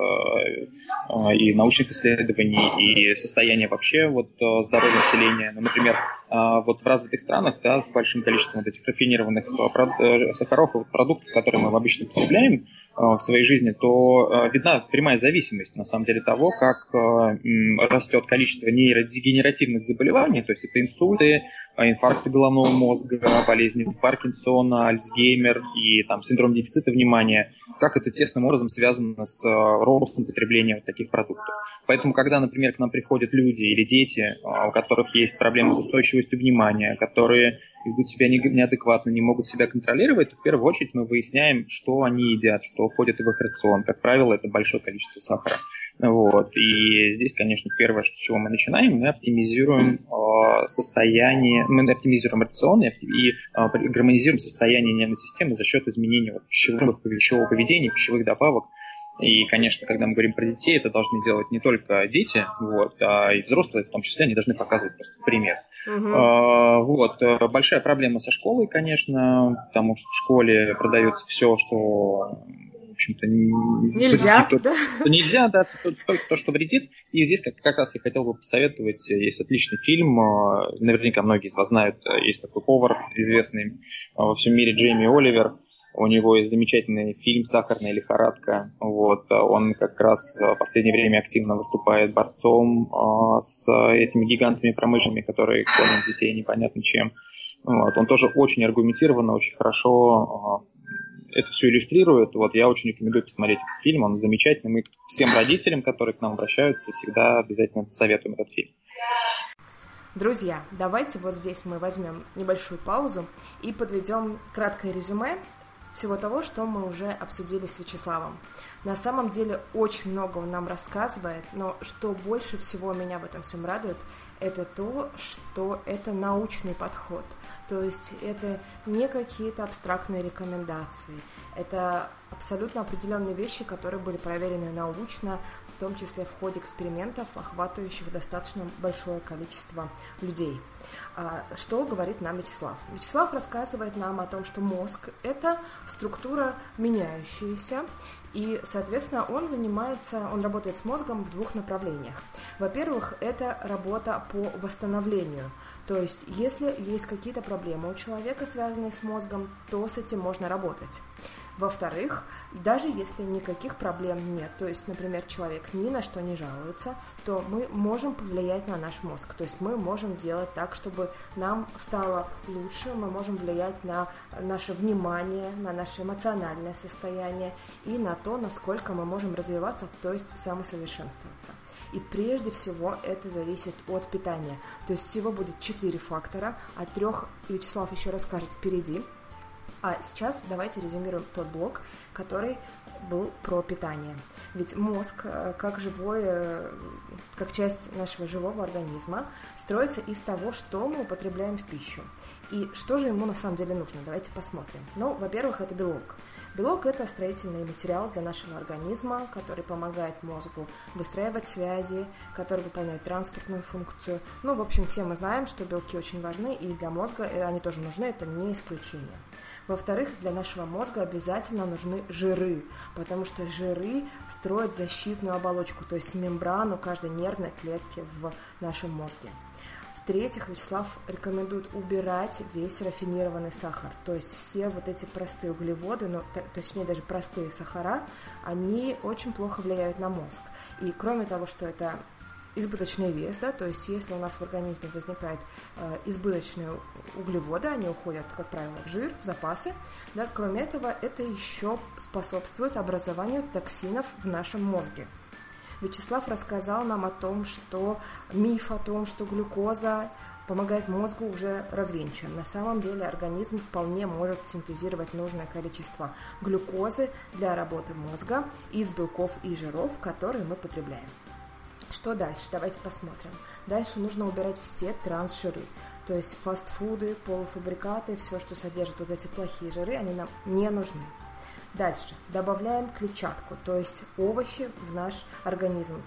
и научных исследований, и состояние вообще вот, здоровья населения. Например, вот в развитых странах, да, с большим количеством вот этих рафинированных сахаров и продуктов, которые мы обычно потребляем в своей жизни, то видна прямая зависимость, на самом деле, того, как растет количество нейродегенеративных заболеваний, то есть это инсульты, инфаркты головного мозга, болезни Паркинсона, Альцгеймер и там, синдром дефицита внимания, как это тесным образом связано с ростом потребления вот таких продуктов. Поэтому, когда, например, к нам приходят люди или дети, у которых есть проблемы с устойчивостью внимания, которые ведут себя неадекватно, не могут себя контролировать, то в первую очередь мы выясняем, что они едят, что входит в их рацион. Как правило, это большое количество сахара. Вот. И здесь, конечно, первое, с чего мы начинаем, мы оптимизируем мы оптимизируем рацион и гармонизируем состояние нервной системы за счет изменения пищевого поведения, пищевых добавок. И, конечно, когда мы говорим про детей, это должны делать не только дети, вот, а и взрослые, в том числе, они должны показывать просто пример. Вот. Большая проблема со школой, конечно, потому что в школе продается все, что, в общем-то, нельзя, нельзя, да, то, что вредит. И здесь как раз я хотел бы посоветовать, есть отличный фильм, наверняка многие из вас знают, есть такой повар, известный во всем мире, Джейми Оливер. У него есть замечательный фильм «Сахарная лихорадка». Вот. Он как раз в последнее время активно выступает борцом с этими гигантами промышленными, которые кормят детей непонятно чем. Вот. Он тоже очень аргументированно, очень хорошо это все иллюстрирует. Вот. Я очень рекомендую посмотреть этот фильм. Он замечательный. Мы всем родителям, которые к нам обращаются, всегда обязательно советуем этот фильм. Друзья, давайте вот здесь мы возьмем небольшую паузу и подведем краткое резюме всего того, что мы уже обсудили с Вячеславом. На самом деле очень много он нам рассказывает, но что больше всего меня в этом всем радует, это то, что это научный подход. То есть это не какие-то абстрактные рекомендации, это абсолютно определенные вещи, которые были проверены научно, в том числе в ходе экспериментов, охватывающих достаточно большое количество людей. Что говорит нам Вячеслав? Вячеслав рассказывает нам о том, что мозг – это структура меняющаяся, и, соответственно, он работает с мозгом в 2 направлениях. Во-первых, это работа по восстановлению. То есть, если есть какие-то проблемы у человека, связанные с мозгом, то с этим можно работать. Во-вторых, даже если никаких проблем нет, то есть, например, человек ни на что не жалуется, то мы можем повлиять на наш мозг. То есть мы можем сделать так, чтобы нам стало лучше, мы можем влиять на наше внимание, на наше эмоциональное состояние и на то, насколько мы можем развиваться, то есть самосовершенствоваться. И прежде всего это зависит от питания. То есть всего будет 4 фактора, о 3 Вячеслав еще расскажет впереди. А сейчас давайте резюмируем тот блок, который был про питание. Ведь мозг, как часть нашего живого организма, строится из того, что мы употребляем в пищу. И что же ему на самом деле нужно? Давайте посмотрим. Ну, во-первых, это белок. Белок – это строительный материал для нашего организма, который помогает мозгу выстраивать связи, который выполняет транспортную функцию. Ну, в общем, все мы знаем, что белки очень важны, и для мозга они тоже нужны, это не исключение. Во-вторых, для нашего мозга обязательно нужны жиры, потому что жиры строят защитную оболочку, то есть мембрану каждой нервной клетки в нашем мозге. В-третьих, Вячеслав рекомендует убирать весь рафинированный сахар, то есть все вот эти простые углеводы, точнее даже простые сахара, они очень плохо влияют на мозг. И кроме того, что это избыточный вес, да, то есть если у нас в организме возникают избыточные углеводы, они уходят, как правило, в жир, в запасы, да, кроме этого, это еще способствует образованию токсинов в нашем мозге. Вячеслав рассказал нам о том, что миф о том, что глюкоза помогает мозгу, уже развенчан. На самом деле организм вполне может синтезировать нужное количество глюкозы для работы мозга из белков и жиров, которые мы потребляем. Что дальше? Давайте посмотрим. Дальше нужно убирать все трансжиры, то есть фастфуды, полуфабрикаты, все, что содержит вот эти плохие жиры, они нам не нужны. Дальше. Добавляем клетчатку, то есть овощи в наш организм,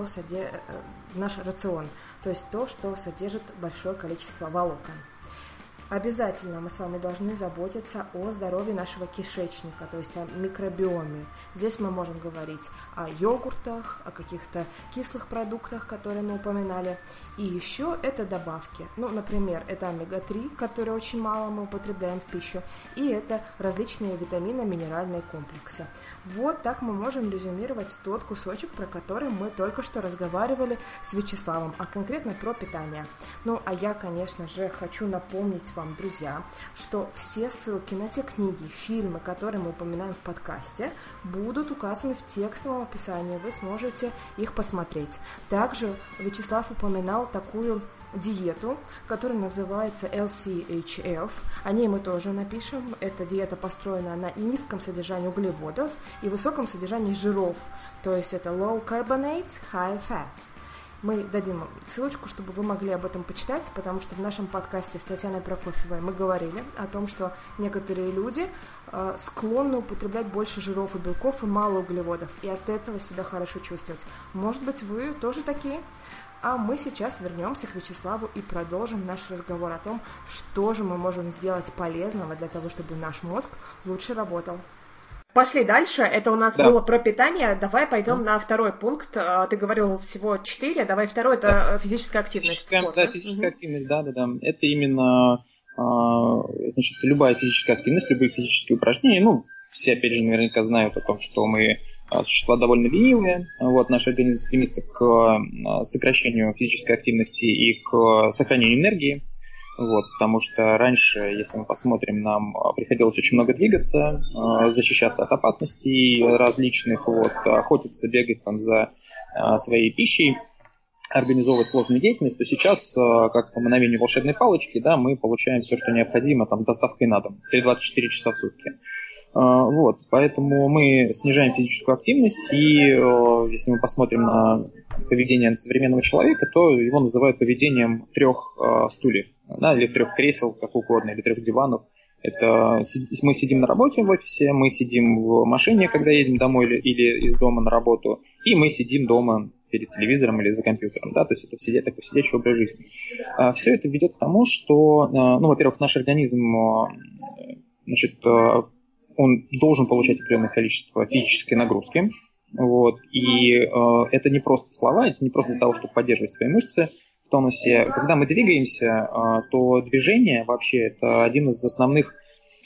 в наш рацион, то есть то, что содержит большое количество волокон. Обязательно мы с вами должны заботиться о здоровье нашего кишечника, то есть о микробиоме. Здесь мы можем говорить о йогуртах, о каких-то кислых продуктах, которые мы упоминали. И еще это добавки. Ну, например, это омега-3, которые очень мало мы употребляем в пищу, и это различные витамины, минеральные комплексы. Вот так мы можем резюмировать тот кусочек, про который мы только что разговаривали с Вячеславом, а конкретно про питание. Ну, а я, конечно же, хочу напомнить вам, друзья, что все ссылки на те книги, фильмы, которые мы упоминаем в подкасте, будут указаны в текстовом описании, вы сможете их посмотреть. Также Вячеслав упоминал такую диету, которая называется LCHF. О ней мы тоже напишем. Эта диета построена на низком содержании углеводов и высоком содержании жиров. То есть это low carbonates, high fats. Мы дадим ссылочку, чтобы вы могли об этом почитать, потому что в нашем подкасте с Татьяной Прокофьевой мы говорили о том, что некоторые люди склонны употреблять больше жиров и белков и мало углеводов, и от этого себя хорошо чувствовать. Может быть, вы тоже такие? А мы сейчас вернемся к Вячеславу и продолжим наш разговор о том, что же мы можем сделать полезного для того, чтобы наш мозг лучше работал. Пошли дальше. Это у нас было про питание. Давай пойдем на второй пункт. Ты говорил всего 4. Давай второй. Это физическая активность. Физическая активность, да. Это именно любая физическая активность, любые физические упражнения. Ну, все, опять же, наверняка знают о том, что мы существа довольно ленивые. Вот, наш организм стремится к сокращению физической активности и к сохранению энергии. Вот, потому что раньше, если мы посмотрим, нам приходилось очень много двигаться, защищаться от опасностей различных, вот, охотиться, бегать там за своей пищей, организовывать сложную деятельность, то сейчас, как по мановению волшебной палочки, да, мы получаем все, что необходимо, там, с доставкой на дом, 24 часа в сутки. Вот, поэтому мы снижаем физическую активность, и если мы посмотрим на поведение современного человека, то его называют поведением 3 стульев, да, или 3 кресел, как угодно, или 3 диванов. Это мы сидим на работе в офисе, мы сидим в машине, когда едем домой или из дома на работу, и мы сидим дома перед телевизором или за компьютером, да, то есть это такой сидячий образ жизни. Все это ведет к тому, что, ну, во-первых, наш организм, значит, он должен получать определенное количество физической нагрузки. Вот, и это не просто слова, это не просто для того, чтобы поддерживать свои мышцы в тонусе. Когда мы двигаемся, то движение вообще это один из основных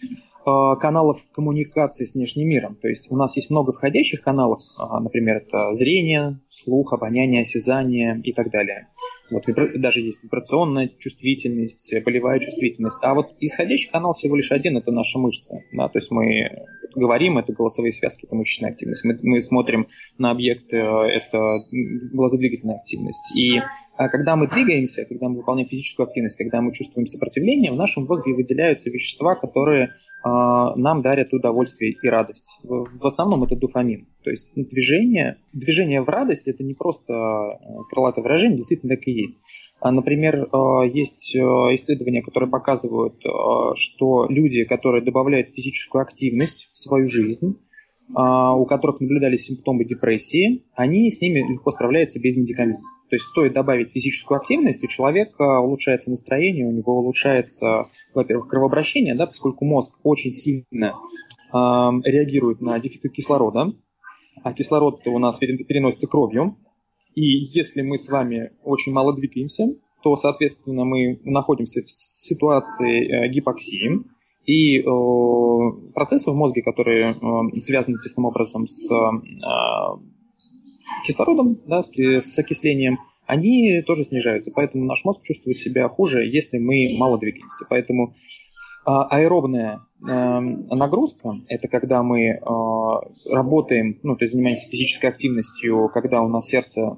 каналов коммуникации с внешним миром. То есть у нас есть много входящих каналов, например, это зрение, слух, обоняние, осязание и так далее. Вот, даже есть вибрационная чувствительность, болевая чувствительность. А вот исходящий канал всего лишь один – это наша мышца. Да? То есть мы говорим, это голосовые связки, это мышечная активность. Мы смотрим на объект, это глазодвигательная активность. И когда мы двигаемся, когда мы выполняем физическую активность, когда мы чувствуем сопротивление, в нашем мозге выделяются вещества, которые нам дарят удовольствие и радость. В основном это дофамин. То есть движение в радость – это не просто крылатое выражение, действительно так и есть. Например, есть исследования, которые показывают, что люди, которые добавляют физическую активность в свою жизнь, у которых наблюдались симптомы депрессии, они с ними легко справляются без медикаментов. То есть стоит добавить физическую активность, у человека улучшается настроение, у него улучшается, во-первых, кровообращение, да, поскольку мозг очень сильно реагирует на дефицит кислорода, а кислород у нас переносится кровью. И если мы с вами очень мало двигаемся, то, соответственно, мы находимся в ситуации гипоксии. И процессы в мозге, которые связаны тесным образом с кислородом, да, с окислением, они тоже снижаются. Поэтому наш мозг чувствует себя хуже, если мы мало двигаемся. Поэтому аэробная нагрузка – это когда мы работаем, то есть занимаемся физической активностью, когда у нас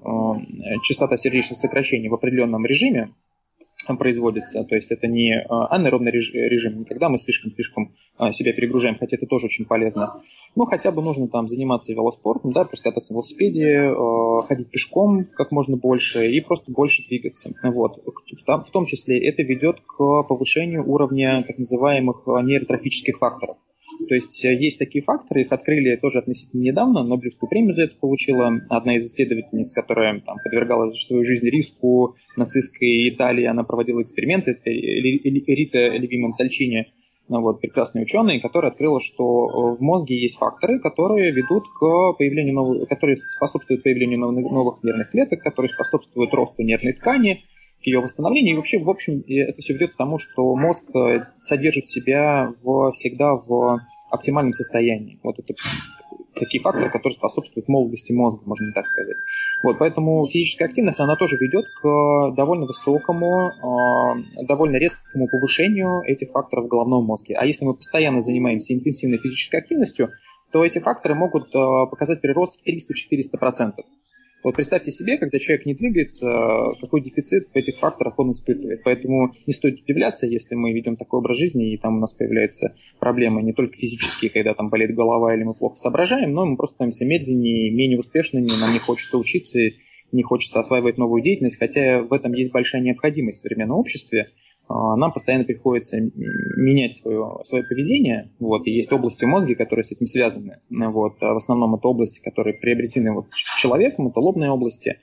частота сердечных сокращений в определенном режиме производится, то есть это не анаэробный режим, не когда мы слишком себя перегружаем, хотя это тоже очень полезно, но хотя бы нужно там заниматься велоспортом, да, просто кататься на велосипеде, ходить пешком как можно больше и просто больше двигаться. Вот. В том числе это ведет к повышению уровня так называемых нейротрофических факторов. То есть есть такие факторы, их открыли тоже относительно недавно, Нобелевскую премию за это получила одна из исследовательниц, которая подвергала свою жизнь риску нацистской Италии, она проводила эксперименты, это Рита Леви-Монтальчини, прекрасный ученый, который открыла, что в мозге есть факторы, которые ведут к появлению которые способствуют появлению новых нервных клеток, которые способствуют росту нервной ткани, к ее восстановлению. И вообще, в общем, это все ведет к тому, что мозг содержит себя всегда в оптимальном состоянии. Вот это такие факторы, которые способствуют молодости мозга, можно так сказать. Вот, поэтому физическая активность, она тоже ведет к довольно высокому, довольно резкому повышению этих факторов в головном мозге. А если мы постоянно занимаемся интенсивной физической активностью, то эти факторы могут показать прирост в 300-400%. Вот представьте себе, когда человек не двигается, какой дефицит в этих факторах он испытывает. Поэтому не стоит удивляться, если мы ведем такой образ жизни, и там у нас появляются проблемы не только физические, когда там болит голова или мы плохо соображаем, но мы просто становимся медленнее, менее успешными, нам не хочется учиться, не хочется осваивать новую деятельность, хотя в этом есть большая необходимость в современном обществе. Нам постоянно приходится менять свое поведение, и есть области мозга, которые с этим связаны. В основном это области, которые приобретены человеком, это лобные области.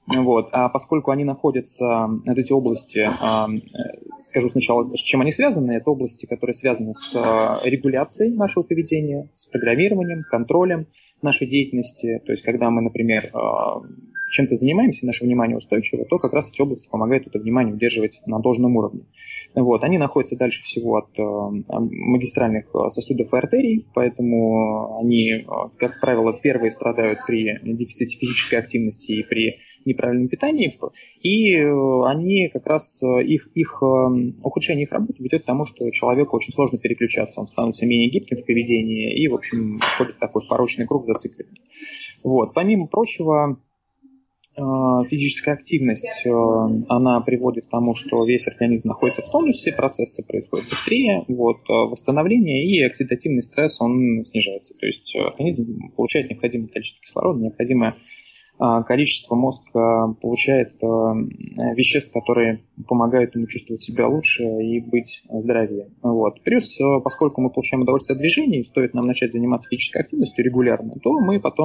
А поскольку они находятся, эти области, скажу сначала, с чем они связаны, это области, которые связаны с регуляцией нашего поведения, с программированием, контролем нашей деятельности. То есть, когда мы, например, чем-то занимаемся, наше внимание устойчиво, то как раз эти области помогают это внимание удерживать на должном уровне. Они находятся дальше всего от магистральных сосудов и артерий, поэтому они, как правило, первые страдают при дефиците физической активности и при неправильном питании, и они как раз, ухудшение их работы ведет к тому, что человеку очень сложно переключаться, он становится менее гибким в поведении и, в общем, входит в такой порочный круг зацикливания. Помимо прочего, физическая активность, она приводит к тому, что весь организм находится в тонусе, процессы происходят быстрее, восстановление и оксидативный стресс, он снижается. То есть организм получает необходимое количество кислорода, необходимое количество, мозг получает веществ, которые помогают ему чувствовать себя лучше и быть здоровее. Плюс, поскольку мы получаем удовольствие от движения, и стоит нам начать заниматься физической активностью регулярно, то мы потом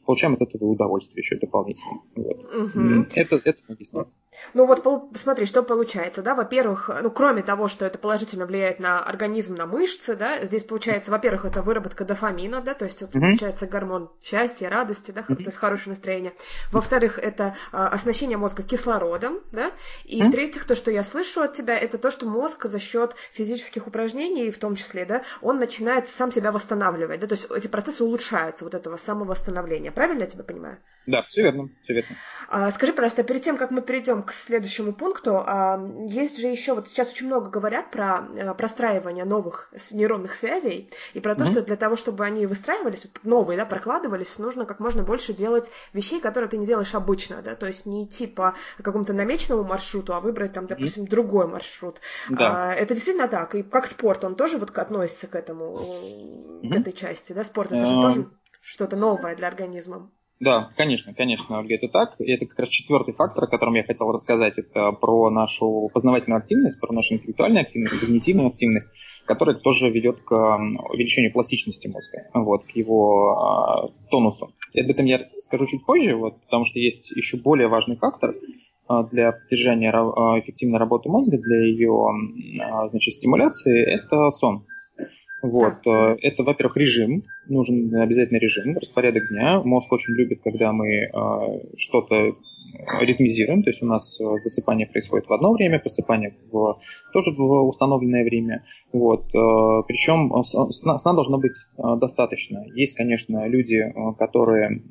получаем от этого удовольствие еще дополнительно. Вот. Это магистр. Ну вот смотри, что получается, да, во-первых, ну кроме того, что это положительно влияет на организм, на мышцы, да, здесь получается, во-первых, это выработка дофамина, да, то есть вот, получается гормон счастья, радости, да, то есть хорошее настроение. Во-вторых, это оснащение мозга кислородом, да, и в-третьих, то, что я слышу от тебя, это то, что мозг за счет физических упражнений, в том числе, да, он начинает сам себя восстанавливать, да, то есть эти процессы улучшаются, вот этого самовосстановления. Правильно я тебя понимаю? Да, все верно, все верно. Скажи, пожалуйста, перед тем, как мы перейдем к следующему пункту, есть же еще, вот сейчас очень много говорят про простраивание новых нейронных связей и про то, что для того, чтобы они выстраивались, новые, да, прокладывались, нужно как можно больше делать вещей, которые ты не делаешь обычно, да, то есть не идти по какому-то намеченному маршруту, а выбрать там, допустим, другой маршрут. Да. Это действительно так, и как спорт, он тоже вот относится к этому, к этой части, да, спорт, это же тоже что-то новое для организма. Да, конечно, Ольга, это так. И это как раз четвертый фактор, о котором я хотел рассказать. Это про нашу познавательную активность, про нашу интеллектуальную активность, когнитивную активность, которая тоже ведет к увеличению пластичности мозга, вот, к его тонусу. И об этом я скажу чуть позже, вот, потому что есть еще более важный фактор для поддержания эффективной работы мозга, для ее, значит, стимуляции, это сон. Вот, это, во-первых, режим, нужен обязательно режим, распорядок дня. Мозг очень любит, когда мы что-то ритмизируем, то есть у нас засыпание происходит в одно время, просыпание тоже в установленное время. Вот, причем сна должно быть достаточно. Есть, конечно, люди, которые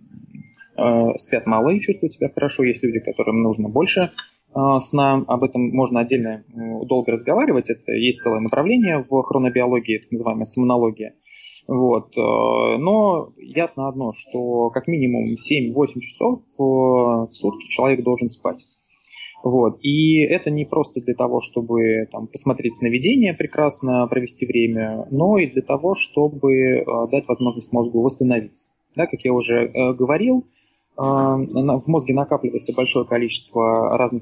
спят мало и чувствуют себя хорошо, есть люди, которым нужно больше сна, об этом можно отдельно долго разговаривать, это есть целое направление в хронобиологии, так называемая сомнология. Вот. Но ясно одно, что как минимум 7-8 часов в сутки человек должен спать. Вот. И это не просто для того, чтобы там, посмотреть сновидения, прекрасно провести время, но и для того, чтобы дать возможность мозгу восстановиться. Да, как я уже говорил, в мозге накапливается большое количество разных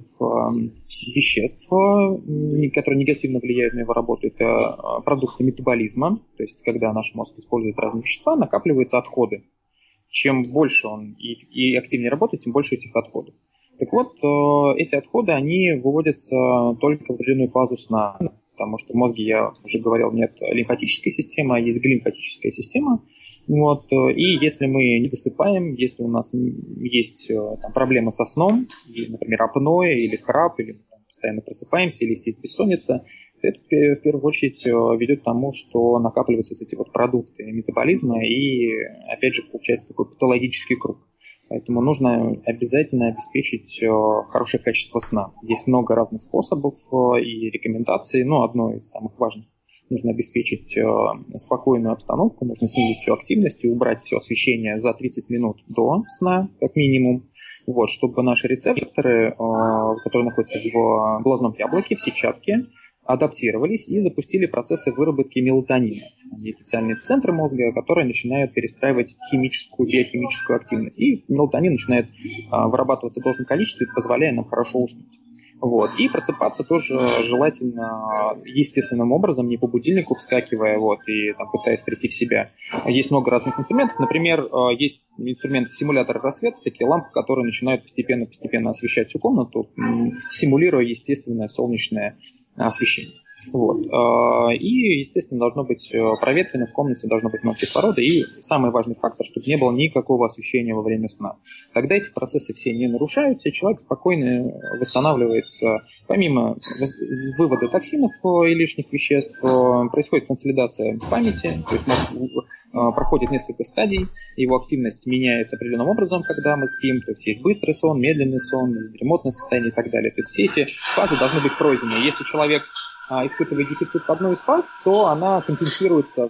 веществ, которые негативно влияют на его работу. Это продукты метаболизма, то есть когда наш мозг использует разные вещества, накапливаются отходы. Чем больше он и активнее работает, тем больше этих отходов. Так вот, эти отходы, они выводятся только в определенную фазу сна, потому что в мозге, я уже говорил, нет лимфатической системы, а есть глимфатическая система. Вот. И если мы не досыпаем, если у нас есть там, проблемы со сном, например, апноэ или храп, или постоянно просыпаемся, или есть бессонница, то это в первую очередь ведет к тому, что накапливаются вот эти вот продукты метаболизма, и опять же получается такой патологический круг. Поэтому нужно обязательно обеспечить хорошее качество сна. Есть много разных способов и рекомендаций, но одно из самых важных. Нужно обеспечить спокойную обстановку, нужно снизить всю активность и убрать все освещение за 30 минут до сна, как минимум, вот, чтобы наши рецепторы, которые находятся в глазном яблоке, в сетчатке, адаптировались и запустили процессы выработки мелатонина. Есть специальные центры мозга, которые начинают перестраивать химическую, биохимическую активность. И мелатонин начинает вырабатываться в должном количестве, позволяя нам хорошо уснуть. Вот. И просыпаться тоже желательно естественным образом, не по будильнику вскакивая и там, пытаясь прийти в себя. Есть много разных инструментов. Например, есть инструменты симулятора рассвета, такие лампы, которые начинают постепенно освещать всю комнату, симулируя естественное солнечное освещение. Вот. И, естественно, должно быть проветрено в комнате, должно быть много кислорода. И самый важный фактор, чтобы не было никакого освещения во время сна. Тогда эти процессы все не нарушаются, и человек спокойно восстанавливается. Помимо вывода токсинов и лишних веществ, происходит консолидация памяти, то есть мозг проходит несколько стадий, его активность меняется определенным образом, когда мы спим, то есть есть быстрый сон, медленный сон, дремотное состояние и так далее. То есть все эти фазы должны быть пройдены. Если человек испытывает дефицит в одной из фаз, то она компенсируется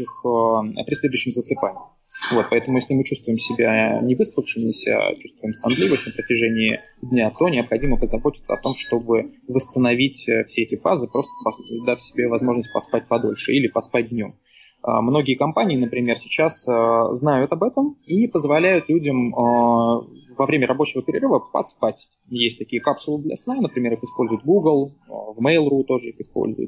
при следующем засыпании. Вот, поэтому если мы чувствуем себя невыспавшимися, чувствуем сонливость на протяжении дня, то необходимо позаботиться о том, чтобы восстановить все эти фазы, просто дав себе возможность поспать подольше или поспать днем. Многие компании, например, сейчас знают об этом и позволяют людям во время рабочего перерыва поспать. Есть такие капсулы для сна, например, их использует Google, в Mail.ru тоже их используют.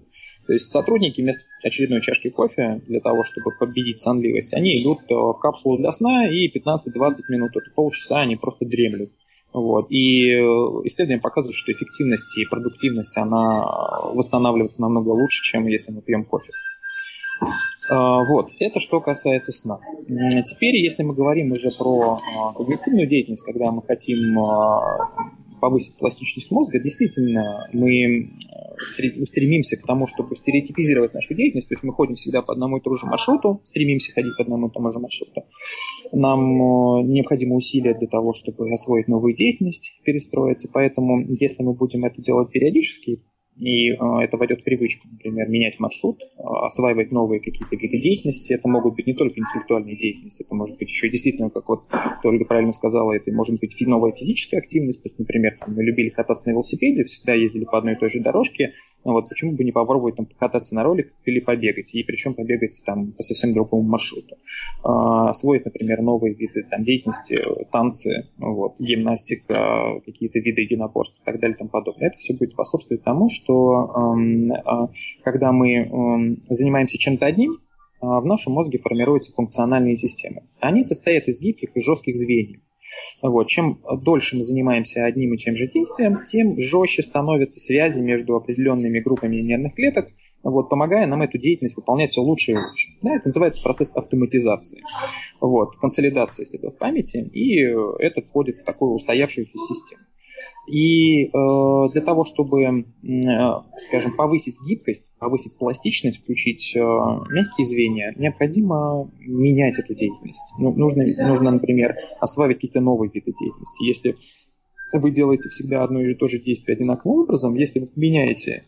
То есть сотрудники вместо очередной чашки кофе для того, чтобы победить сонливость, они идут в капсулу для сна и 15-20 минут, это полчаса они просто дремлют. Вот. И исследования показывают, что эффективность и продуктивность, она восстанавливается намного лучше, чем если мы пьем кофе. Вот, это что касается сна. Теперь, если мы говорим уже про когнитивную деятельность, когда мы хотим повысить пластичность мозга, действительно, мы стремимся к тому, чтобы стереотипизировать нашу деятельность, то есть мы ходим всегда по одному и тому же маршруту, стремимся ходить по одному и тому же маршруту. Нам необходимы усилия для того, чтобы освоить новую деятельность, перестроиться, поэтому если мы будем это делать периодически, и это войдет в привычку, например, менять маршрут, осваивать новые какие-то виды деятельности. Это могут быть не только интеллектуальные деятельности, это может быть еще действительно, как вот Ольга правильно сказала, это может быть новая физическая активность. То есть, например, мы любили кататься на велосипеде, всегда ездили по одной и той же дорожке. Вот почему бы не попробовать там покататься на роликах или побегать, и причем побегать там по совсем другому маршруту. Освоить, например, новые виды там, деятельности, танцы, вот, гимнастика, какие-то виды единоборств и так далее и тому подобное. Это все будет способствовать тому, что когда мы занимаемся чем-то одним, в нашем мозге формируются функциональные системы. Они состоят из гибких и жестких звеньев. Вот. Чем дольше мы занимаемся одним и тем же действием, тем жестче становятся связи между определенными группами нервных клеток, вот, помогая нам эту деятельность выполнять все лучше и лучше. Да, это называется процесс автоматизации, вот, консолидации следов памяти, и это входит в такую устоявшуюся систему. И для того, чтобы, скажем, повысить гибкость, повысить пластичность, включить мягкие звенья, необходимо менять эту деятельность. Нужно, например, осваивать какие-то новые виды деятельности. Если вы делаете всегда одно и то же действие одинаковым образом, если вы меняете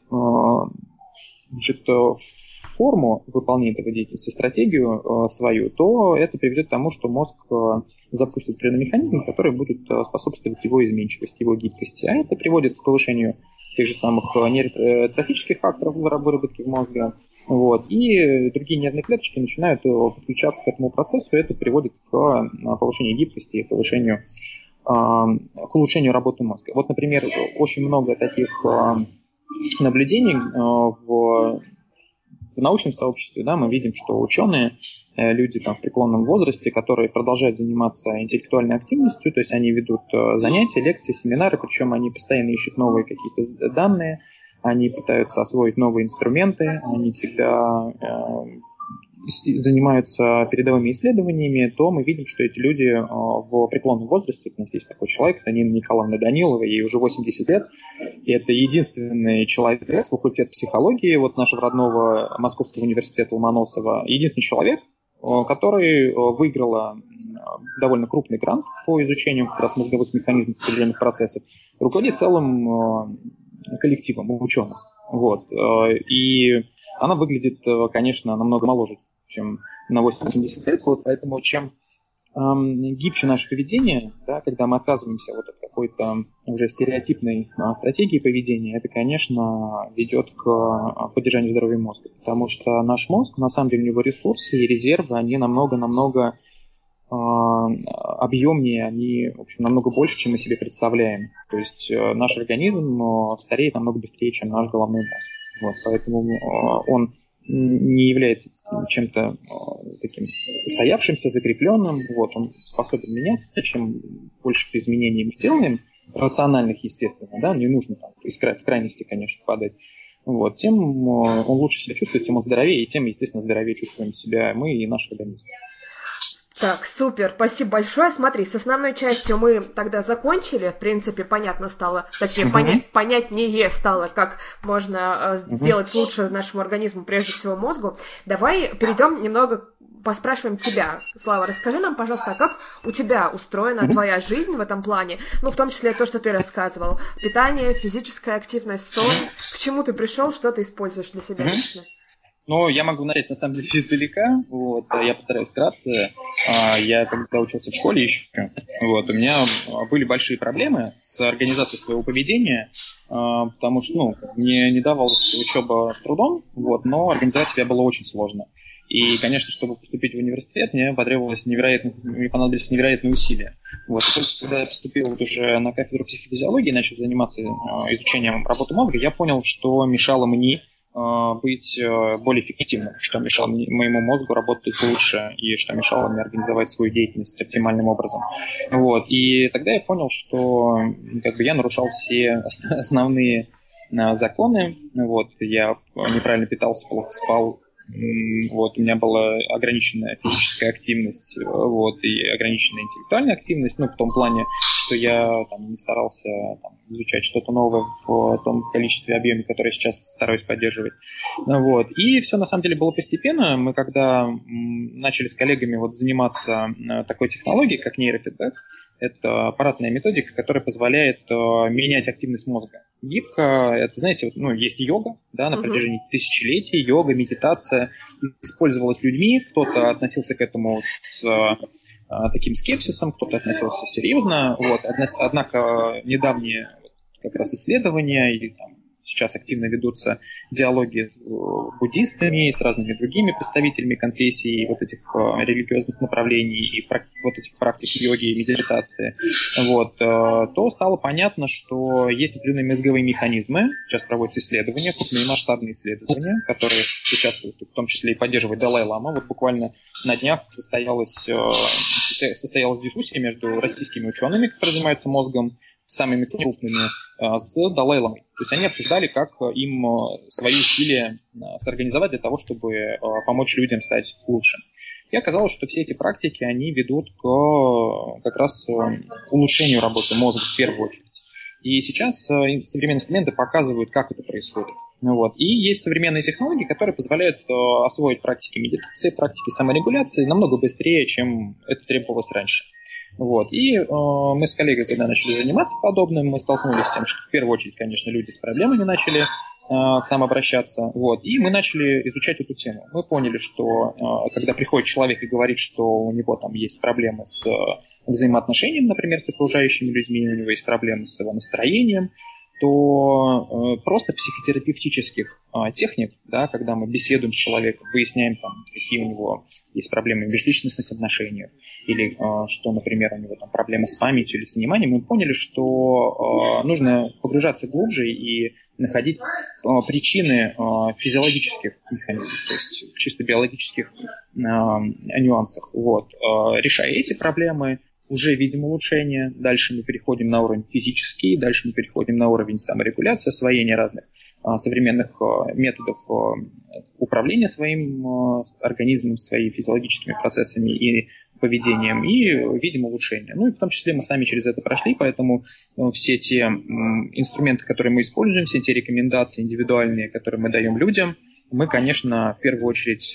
форму выполнения этой деятельности, стратегию свою, то это приведет к тому, что мозг запустит определенный механизм, который будет способствовать его изменчивости, его гибкости. А это приводит к повышению тех же самых нейротрофических факторов выработки мозга. Вот, и другие нервные клеточки начинают подключаться к этому процессу, и это приводит к повышению гибкости и к улучшению работы мозга. Вот, например, очень много таких наблюдений в научном сообществе, да, мы видим, что ученые, люди там, в преклонном возрасте, которые продолжают заниматься интеллектуальной активностью, то есть они ведут занятия, лекции, семинары, причем они постоянно ищут новые какие-то данные, они пытаются освоить новые инструменты, они всегда занимаются передовыми исследованиями, то мы видим, что эти люди в преклонном возрасте, у нас есть такой человек, это Нина Николаевна Данилова, ей уже 80 лет, и это единственный человек с факультета психологии вот нашего родного Московского университета Ломоносова, единственный человек, который выиграла довольно крупный грант по изучению как раз мозговых механизмов определенных процессов, руководит целым коллективом ученых. Вот. И она выглядит, конечно, намного моложе, чем на 80 лет, вот, поэтому чем гибче наше поведение, да, когда мы отказываемся вот от какой-то уже стереотипной стратегии поведения, это, конечно, ведет к поддержанию здоровья мозга, потому что наш мозг, на самом деле, у него ресурсы и резервы, они намного объемнее, они, в общем, намного больше, чем мы себе представляем. То есть наш организм стареет намного быстрее, чем наш головной мозг. Вот, поэтому он не является чем-то таким состоявшимся, закрепленным. Вот, он способен меняться. Чем больше изменений мы делаем, рациональных, естественно, да, не нужно там, в крайности, конечно, падать. Вот, тем он лучше себя чувствует, тем он здоровее, и тем, естественно, здоровее чувствуем себя мы и наш организм. Так, супер, спасибо большое. Смотри, с основной частью мы тогда закончили. В принципе, понятно стало, точнее, понятнее стало, как можно сделать лучше нашему организму, прежде всего мозгу. Давай перейдем немного, поспрашиваем тебя. Слава, расскажи нам, пожалуйста, как у тебя устроена твоя жизнь в этом плане? Ну, в том числе то, что ты рассказывал. Питание, физическая активность, сон. К чему ты пришел, что ты используешь для себя лично? Ну, я могу начать, на самом деле, издалека. Вот, я постараюсь вкратце. Я когда учился в школе еще, вот, у меня были большие проблемы с организацией своего поведения, потому что, мне не давалась учеба с трудом, вот, но организовать себя было очень сложно. И, конечно, чтобы поступить в университет, мне понадобились невероятные усилия. Вот. И только когда я поступил вот уже на кафедру психофизиологии, начал заниматься изучением работы мозга, я понял, что мешало мне быть более эффективным, что мешало моему мозгу работать лучше и что мешало мне организовать свою деятельность оптимальным образом. Вот. И тогда я понял, что я нарушал все основные законы. Вот. Я неправильно питался, плохо спал. Вот, у меня была ограниченная физическая активность, вот, и ограниченная интеллектуальная активность, в том плане, что я не старался изучать что-то новое в том количестве, объеме, которое я сейчас стараюсь поддерживать. Вот. И все на самом деле было постепенно. Мы когда начали с коллегами заниматься такой технологией, как нейрофидбэк, это аппаратная методика, которая позволяет менять активность мозга. Гибко, это, знаете, есть йога, да, на протяжении тысячелетий, йога, медитация использовалась людьми, кто-то относился к этому с таким скепсисом, кто-то относился серьезно, вот, однако недавние как раз исследования и сейчас активно ведутся диалоги с буддистами, с разными другими представителями конфессий, этих религиозных направлений и этих практик йоги и медитации, то стало понятно, что есть определенные мозговые механизмы. Сейчас проводятся исследования, крупные масштабные исследования, которые участвуют, в том числе и поддерживает Далай-лама. Буквально на днях состоялась дискуссия между российскими учеными, которые занимаются мозгом, самыми крупными, с Далай-ламой. То есть они обсуждали, как им свои усилия сорганизовать для того, чтобы помочь людям стать лучше. И оказалось, что все эти практики, они ведут к как раз улучшению работы мозга в первую очередь. И сейчас современные инструменты показывают, как это происходит. И есть современные технологии, которые позволяют освоить практики медитации, практики саморегуляции намного быстрее, чем это требовалось раньше. И мы с коллегой, когда начали заниматься подобным, мы столкнулись с тем, что в первую очередь, конечно, люди с проблемами начали к нам обращаться. И мы начали изучать эту тему. Мы поняли, что когда приходит человек и говорит, что у него есть проблемы с взаимоотношением, например, с окружающими людьми, у него есть проблемы с его настроением, то просто психотерапевтических техник, да, когда мы беседуем с человеком, выясняем, какие у него есть проблемы в межличностных отношениях, или что, например, у него проблемы с памятью или с вниманием, мы поняли, что нужно погружаться глубже и находить причины физиологических механизмов, то есть в чисто биологических нюансах. Решая эти проблемы, уже видим улучшение, дальше мы переходим на уровень физический, дальше мы переходим на уровень саморегуляции, освоения разных современных методов управления своим организмом, своими физиологическими процессами и поведением, и видим улучшение. И в том числе мы сами через это прошли, поэтому все те инструменты, которые мы используем, все те рекомендации индивидуальные, которые мы даем людям, мы, конечно, в первую очередь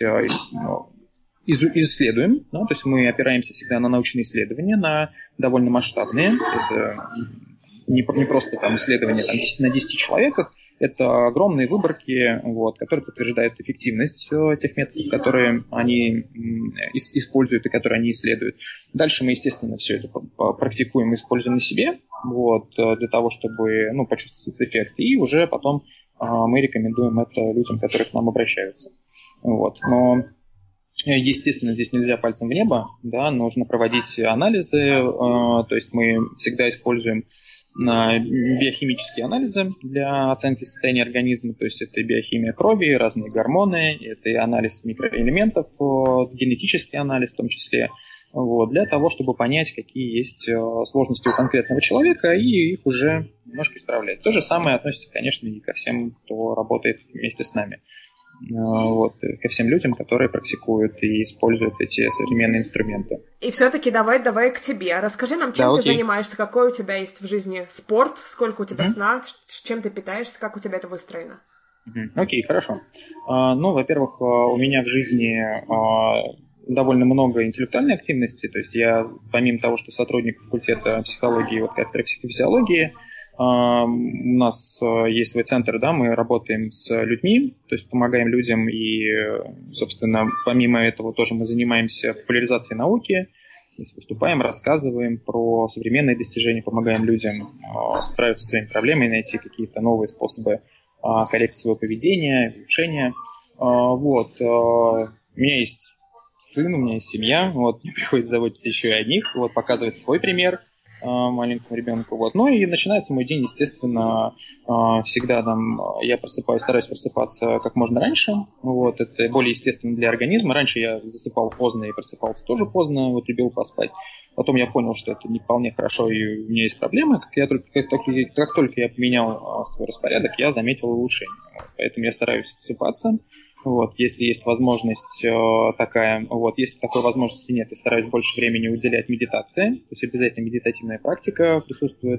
исследуем, то есть мы опираемся всегда на научные исследования, на довольно масштабные, это не просто исследования на 10 человеках, это огромные выборки, которые подтверждают эффективность тех методов, которые они используют и которые они исследуют. Дальше мы, естественно, все это практикуем и используем на себе, для того, чтобы почувствовать эффект, и уже потом мы рекомендуем это людям, которые к нам обращаются. Но естественно, здесь нельзя пальцем в небо, да, нужно проводить анализы, то есть мы всегда используем биохимические анализы для оценки состояния организма, то есть это и биохимия крови, разные гормоны, это и анализ микроэлементов, генетический анализ в том числе, для того, чтобы понять, какие есть сложности у конкретного человека и их уже немножко исправлять. То же самое относится, конечно, и ко всем, кто работает вместе с нами. Ко всем людям, которые практикуют и используют эти современные инструменты. И все-таки давай к тебе. Расскажи нам, чем ты занимаешься, какой у тебя есть в жизни спорт, сколько у тебя сна, чем ты питаешься, как у тебя это выстроено. Окей, хорошо. Во-первых, у меня в жизни довольно много интеллектуальной активности, то есть я, помимо того, что сотрудник факультета психологии, кафедры психофизиологии, у нас есть свой центр, да, мы работаем с людьми, то есть помогаем людям и, собственно, помимо этого тоже мы занимаемся популяризацией науки, то есть выступаем, рассказываем про современные достижения, помогаем людям справиться со своими проблемами, найти какие-то новые способы коррекции своего поведения, улучшения. У меня есть сын, у меня есть семья, мне приходится заботиться еще и о них, показывать свой пример. маленькому ребенку. Вот. Ну и начинается мой день, естественно, всегда там я стараюсь просыпаться как можно раньше. Вот. Это более естественно для организма. Раньше я засыпал поздно и просыпался тоже поздно, вот любил поспать. Потом я понял, что это не вполне хорошо, и у меня есть проблемы. Как только я поменял свой распорядок, я заметил улучшение. Вот. Поэтому я стараюсь высыпаться. Вот, если есть возможность такая, вот, если такой возможности нет, я стараюсь больше времени уделять медитации, то есть обязательно медитативная практика присутствует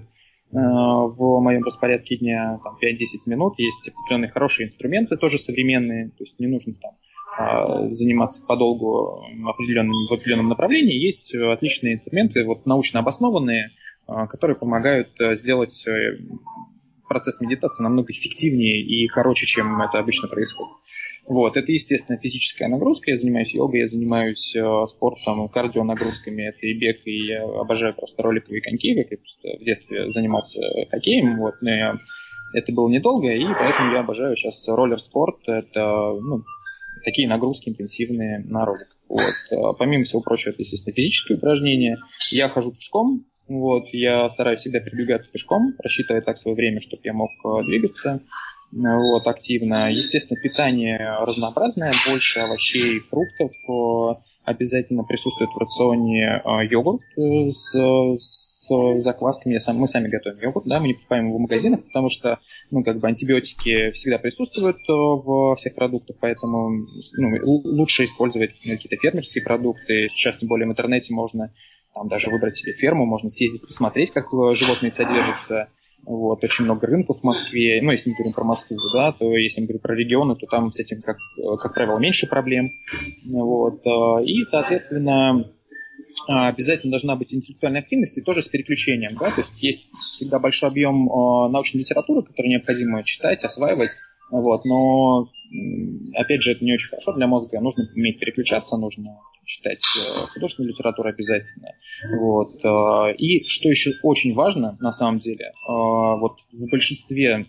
в моем распорядке дня, там, 5-10 минут, есть определенные хорошие инструменты, тоже современные, то есть не нужно там заниматься подолгу в определенном направлении, есть отличные инструменты, вот, научно обоснованные, которые помогают сделать процесс медитации намного эффективнее и короче, чем это обычно происходит. Вот, это, естественно, физическая нагрузка. Я занимаюсь йогой, я занимаюсь спортом, кардионагрузками. Это и бег, и я обожаю просто роликовые коньки, как я просто в детстве занимался хоккеем. Вот, но это было недолго, и поэтому я обожаю сейчас роллер-спорт. Это такие нагрузки интенсивные на ролик. Вот. Помимо всего прочего, это, естественно, физические упражнения. Я хожу пешком. Вот, я стараюсь всегда передвигаться пешком, рассчитывая так свое время, чтобы я мог двигаться. Вот, активно. Естественно, питание разнообразное, больше овощей, фруктов. Обязательно присутствует в рационе йогурт с заквасками. Мы сами готовим йогурт, да, мы не покупаем его в магазинах, потому что антибиотики всегда присутствуют во всех продуктах, поэтому лучше использовать какие-то фермерские продукты. Сейчас, тем более, в интернете можно там даже выбрать себе ферму, можно съездить посмотреть, как животные содержатся. Вот, очень много рынков в Москве. Ну, если мы говорим про Москву, да, то если мы говорим про регионы, то там с этим, как правило, меньше проблем. Вот, и, соответственно, обязательно должна быть интеллектуальная активность и тоже с переключением. Да? То есть всегда большой объем научной литературы, которую необходимо читать, осваивать. Вот, но, опять же, это не очень хорошо для мозга. Нужно уметь переключаться, нужно читать художественную литературу обязательно. Вот. И что еще очень важно, на самом деле, вот в большинстве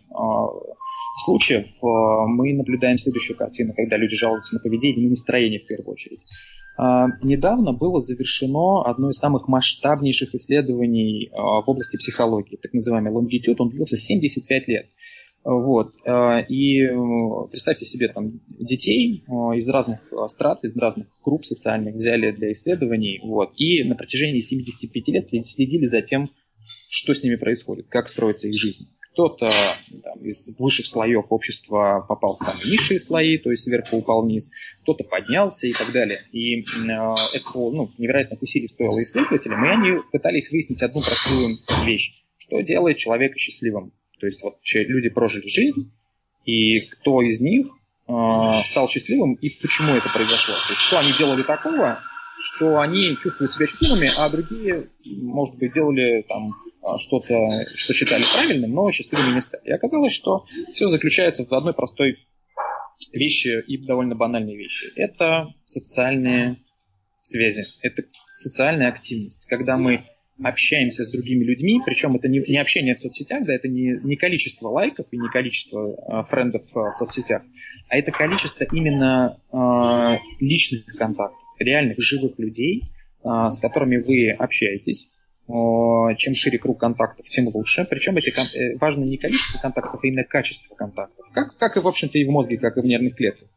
случаев мы наблюдаем следующую картину, когда люди жалуются на поведение и настроение в первую очередь. Недавно было завершено одно из самых масштабнейших исследований в области психологии, так называемый Longitude, он длился 75 лет. Вот. И представьте себе, там, детей из разных страт, из разных групп социальных взяли для исследований, вот, и на протяжении 75 лет следили за тем, что с ними происходит, как строится их жизнь. Кто-то там, из высших слоев общества попал в самые низшие слои, то есть сверху упал вниз, кто-то поднялся и так далее. И это невероятных усилий стоило исследователям, и они пытались выяснить одну простую вещь, что делает человека счастливым. То есть вот люди прожили жизнь, и кто из них стал счастливым и почему это произошло. То есть что они делали такого, что они чувствуют себя счастливыми, а другие, может быть, делали там что-то, что считали правильным, но счастливыми не стали. И оказалось, что все заключается в одной простой вещи и довольно банальной вещи. Это социальные связи, это социальная активность. Когда мы общаемся с другими людьми, причем это не общение в соцсетях, да, это не количество лайков и не количество френдов в соцсетях, а это количество именно личных контактов, реальных живых людей, с которыми вы общаетесь. Чем шире круг контактов, тем лучше. Причем важно не количество контактов, а именно качество контактов. Как и, в общем-то, и в мозге, как и в нервных клетках.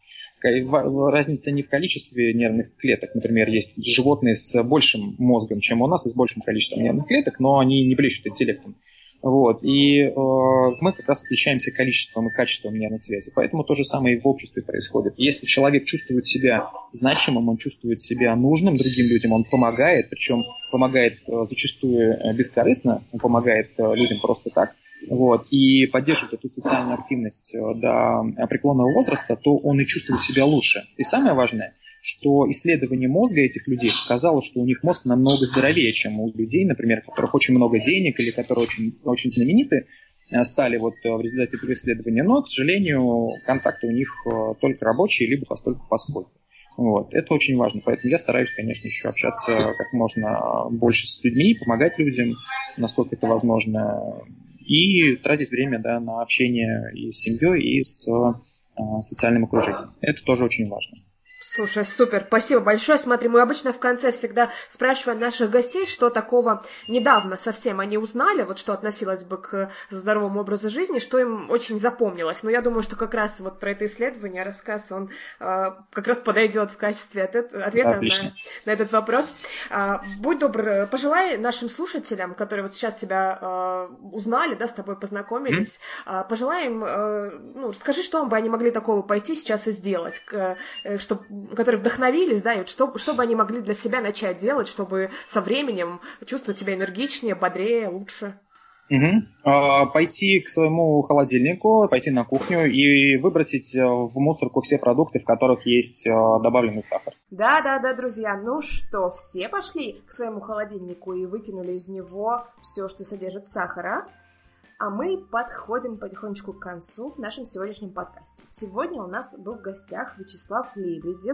Разница не в количестве нервных клеток. Например, есть животные с большим мозгом, чем у нас, и с большим количеством нервных клеток, но они не блещут интеллектом. Вот. И мы как раз отличаемся количеством и качеством нервных связей. Поэтому то же самое и в обществе происходит. Если человек чувствует себя значимым, он чувствует себя нужным другим людям, он помогает, причем помогает зачастую бескорыстно, он помогает людям просто так, вот, и поддерживает эту социальную активность до преклонного возраста, то он и чувствует себя лучше. И самое важное, что исследование мозга этих людей показало, что у них мозг намного здоровее, чем у людей, например, у которых очень много денег или которые очень знамениты стали вот в результате этого исследования. Но, к сожалению, контакты у них только рабочие, либо постольку-поскольку. Вот. Это очень важно. Поэтому я стараюсь, конечно, еще общаться как можно больше с людьми, помогать людям, насколько это возможно, и тратить время, да, на общение и с семьей, и с социальным окружением. Это тоже очень важно. Слушай, супер, спасибо большое. Смотри, мы обычно в конце всегда спрашиваем наших гостей, что такого недавно совсем они узнали, вот что относилось бы к здоровому образу жизни, что им очень запомнилось. Но я думаю, что как раз вот про это исследование, рассказ, он как раз подойдет в качестве ответа на этот вопрос. Будь добр, пожелай нашим слушателям, которые вот сейчас тебя узнали, да, с тобой познакомились, пожелай им, расскажи, что бы они могли такого пойти сейчас и сделать, которые вдохновились, да, и вот что бы они могли для себя начать делать, чтобы со временем чувствовать себя энергичнее, бодрее, лучше. Пойти к своему холодильнику, пойти на кухню и выбросить в мусорку все продукты, в которых есть добавленный сахар. Да, друзья, ну что, все пошли к своему холодильнику и выкинули из него все, что содержит сахар, а мы подходим потихонечку к концу в нашем сегодняшнем подкасте. Сегодня у нас был в гостях Вячеслав Лебедев.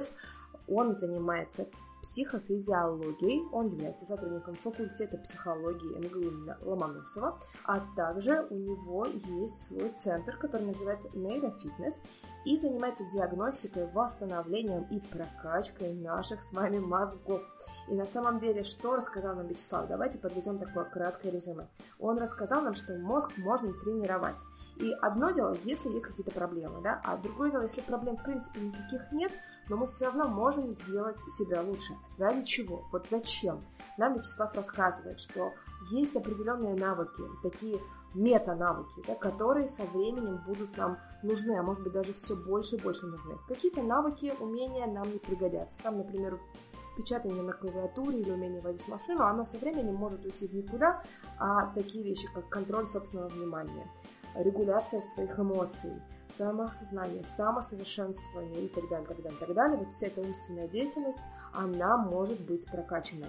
Он занимается психофизиологией, он является сотрудником факультета психологии МГУ Ломоносова, а также у него есть свой центр, который называется нейрофитнес, и занимается диагностикой, восстановлением и прокачкой наших с вами мозгов. И на самом деле, что рассказал нам Вячеслав? Давайте подведем такое краткое резюме. Он рассказал нам, что мозг можно тренировать. И одно дело, если есть какие-то проблемы, да, а другое дело, если проблем в принципе никаких нет, но мы все равно можем сделать себя лучше. Ради чего? Вот зачем? Нам Вячеслав рассказывает, что есть определенные навыки, такие мета-навыки, да, которые со временем будут нам нужны, а может быть даже все больше и больше нужны. Какие-то навыки, умения нам не пригодятся. Там, например, печатание на клавиатуре или умение водить машину, оно со временем может уйти в никуда, а такие вещи, как контроль собственного внимания, регуляция своих эмоций, самоосознание, самосовершенствование и так далее, вот вся эта умственная деятельность, она может быть прокачана.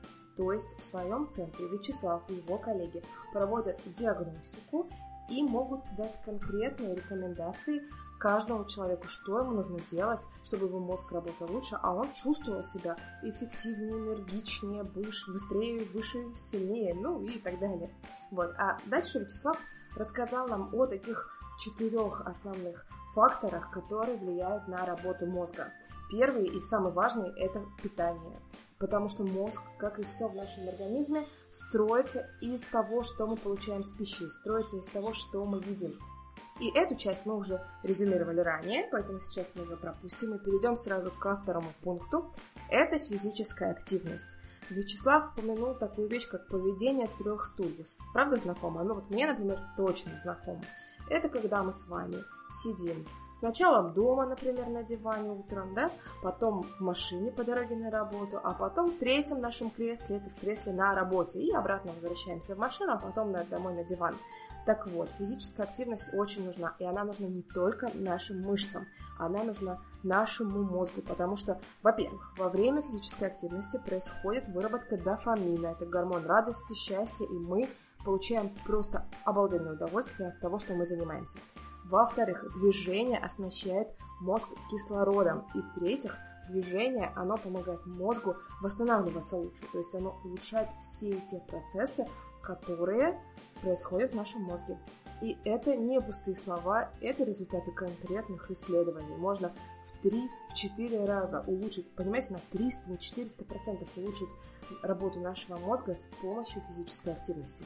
То есть в своем центре Вячеслав и его коллеги проводят диагностику и могут дать конкретные рекомендации каждому человеку, что ему нужно сделать, чтобы его мозг работал лучше, а он чувствовал себя эффективнее, энергичнее, быстрее, выше, сильнее, и так далее. Вот. А дальше Вячеслав рассказал нам о таких 4 основных факторах, которые влияют на работу мозга. Первый и самый важный – это питание. Потому что мозг, как и все в нашем организме, строится из того, что мы получаем с пищей, строится из того, что мы видим. И эту часть мы уже резюмировали ранее, поэтому сейчас мы ее пропустим и перейдем сразу ко второму пункту. Это физическая активность. Вячеслав упомянул такую вещь, как поведение 3 стульев. Правда знакомо? Мне, например, точно знакомо. Это когда мы с вами сидим сначала дома, например, на диване утром, да, потом в машине по дороге на работу, а потом в 3-м нашем кресле, это в кресле на работе, и обратно возвращаемся в машину, а потом домой на диван. Так вот, физическая активность очень нужна, и она нужна не только нашим мышцам, она нужна нашему мозгу, потому что, во-первых, во время физической активности происходит выработка дофамина, это гормон радости, счастья, и мы получаем просто обалденное удовольствие от того, что мы занимаемся. Во-вторых, движение оснащает мозг кислородом. И в-третьих, движение, оно помогает мозгу восстанавливаться лучше. То есть оно улучшает все те процессы, которые происходят в нашем мозге. И это не пустые слова, это результаты конкретных исследований. Можно в 3-4 раза улучшить, понимаете, на 300-400% улучшить работу нашего мозга с помощью физической активности.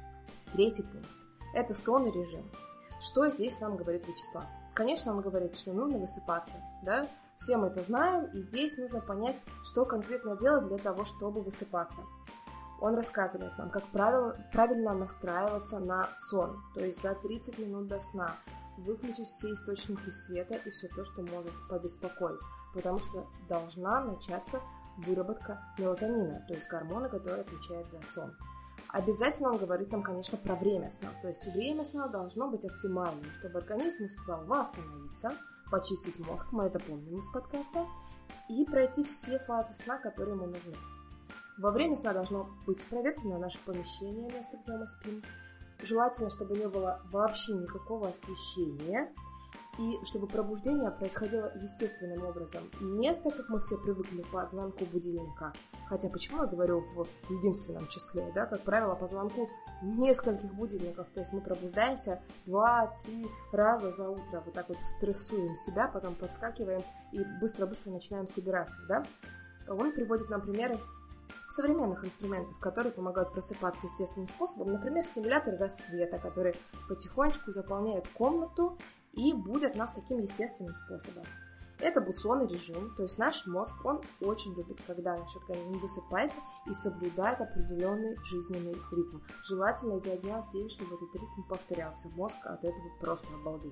3-й пункт – это сон и режим. Что здесь нам говорит Вячеслав? Конечно, он говорит, что нужно высыпаться, да? Все мы это знаем, и здесь нужно понять, что конкретно делать для того, чтобы высыпаться. Он рассказывает нам, как правильно настраиваться на сон, то есть за 30 минут до сна выключить все источники света и все то, что может побеспокоить, потому что должна начаться выработка мелатонина, то есть гормона, который отвечает за сон. Обязательно он говорит нам, конечно, про время сна. То есть время сна должно быть оптимальным, чтобы организм успел восстановиться, почистить мозг, мы это помним из подкаста, и пройти все фазы сна, которые ему нужны. Во время сна должно быть проветрено наше помещение, место, где мы спим. Желательно, чтобы не было вообще никакого освещения, и чтобы пробуждение происходило естественным образом. Не так, как мы все привыкли по звонку будильника. Хотя почему я говорю в единственном числе, да? Как правило, по звонку нескольких будильников, то есть мы пробуждаемся 2-3 раза за утро, вот так вот стрессуем себя, потом подскакиваем и быстро-быстро начинаем собираться, да? Он приводит нам примеры современных инструментов, которые помогают просыпаться естественным способом, например, симулятор рассвета, который потихонечку заполняет комнату и будет нас таким естественным способом. Это бусонный режим, то есть наш мозг, он очень любит, когда наш организм высыпается и соблюдает определенный жизненный ритм. Желательно изо дня в день, чтобы этот ритм повторялся. Мозг от этого просто обалдеет.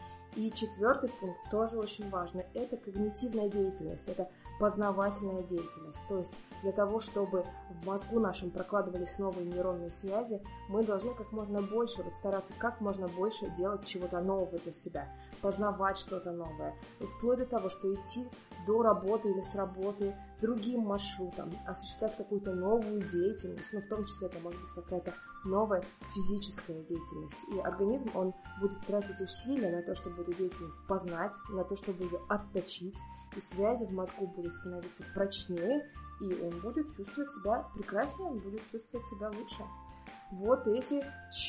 И четвертый пункт тоже очень важный. Это когнитивная деятельность, это познавательная деятельность. То есть для того, чтобы в мозгу нашем прокладывались новые нейронные связи, мы должны как можно больше, стараться как можно больше делать чего-то нового для себя, познавать что-то новое. Вплоть до того, что идти до работы или с работы другим маршрутом, осуществлять какую-то новую деятельность, в том числе это может быть какая-то новая физическая деятельность. И организм, он будет тратить усилия на то, чтобы эту деятельность познать, на то, чтобы ее отточить, и связи в мозгу будут становиться прочнее, и он будет чувствовать себя прекраснее, он будет чувствовать себя лучше. Вот эти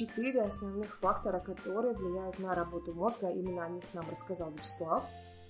4 основных фактора, которые влияют на работу мозга, именно о них нам рассказал Вячеслав.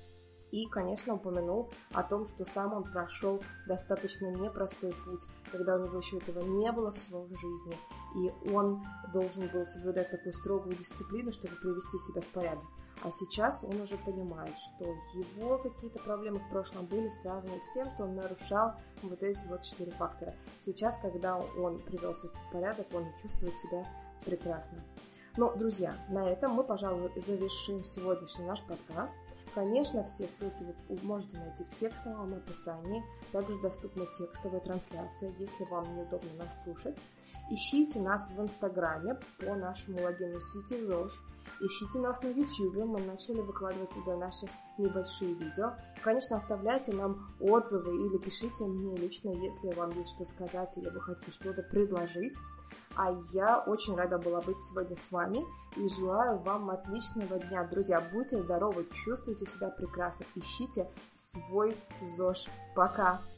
И, конечно, упомянул о том, что сам он прошел достаточно непростой путь, когда у него еще этого не было в своей жизни, и он должен был соблюдать такую строгую дисциплину, чтобы привести себя в порядок. А сейчас он уже понимает, что его какие-то проблемы в прошлом были связаны с тем, что он нарушал вот эти 4 фактора. Сейчас, когда он привел себя в порядок, он чувствует себя прекрасно. Но, друзья, на этом мы, пожалуй, завершим сегодняшний наш подкаст. Конечно, все ссылки вы можете найти в текстовом описании. Также доступна текстовая трансляция, если вам неудобно нас слушать. Ищите нас в Инстаграме по нашему логину сети ЗОЖ. Ищите нас на Ютьюбе, мы начали выкладывать туда наши небольшие видео. Конечно, оставляйте нам отзывы или пишите мне лично, если вам есть что сказать или вы хотите что-то предложить. А я очень рада была быть сегодня с вами и желаю вам отличного дня. Друзья, будьте здоровы, чувствуйте себя прекрасно, ищите свой ЗОЖ. Пока!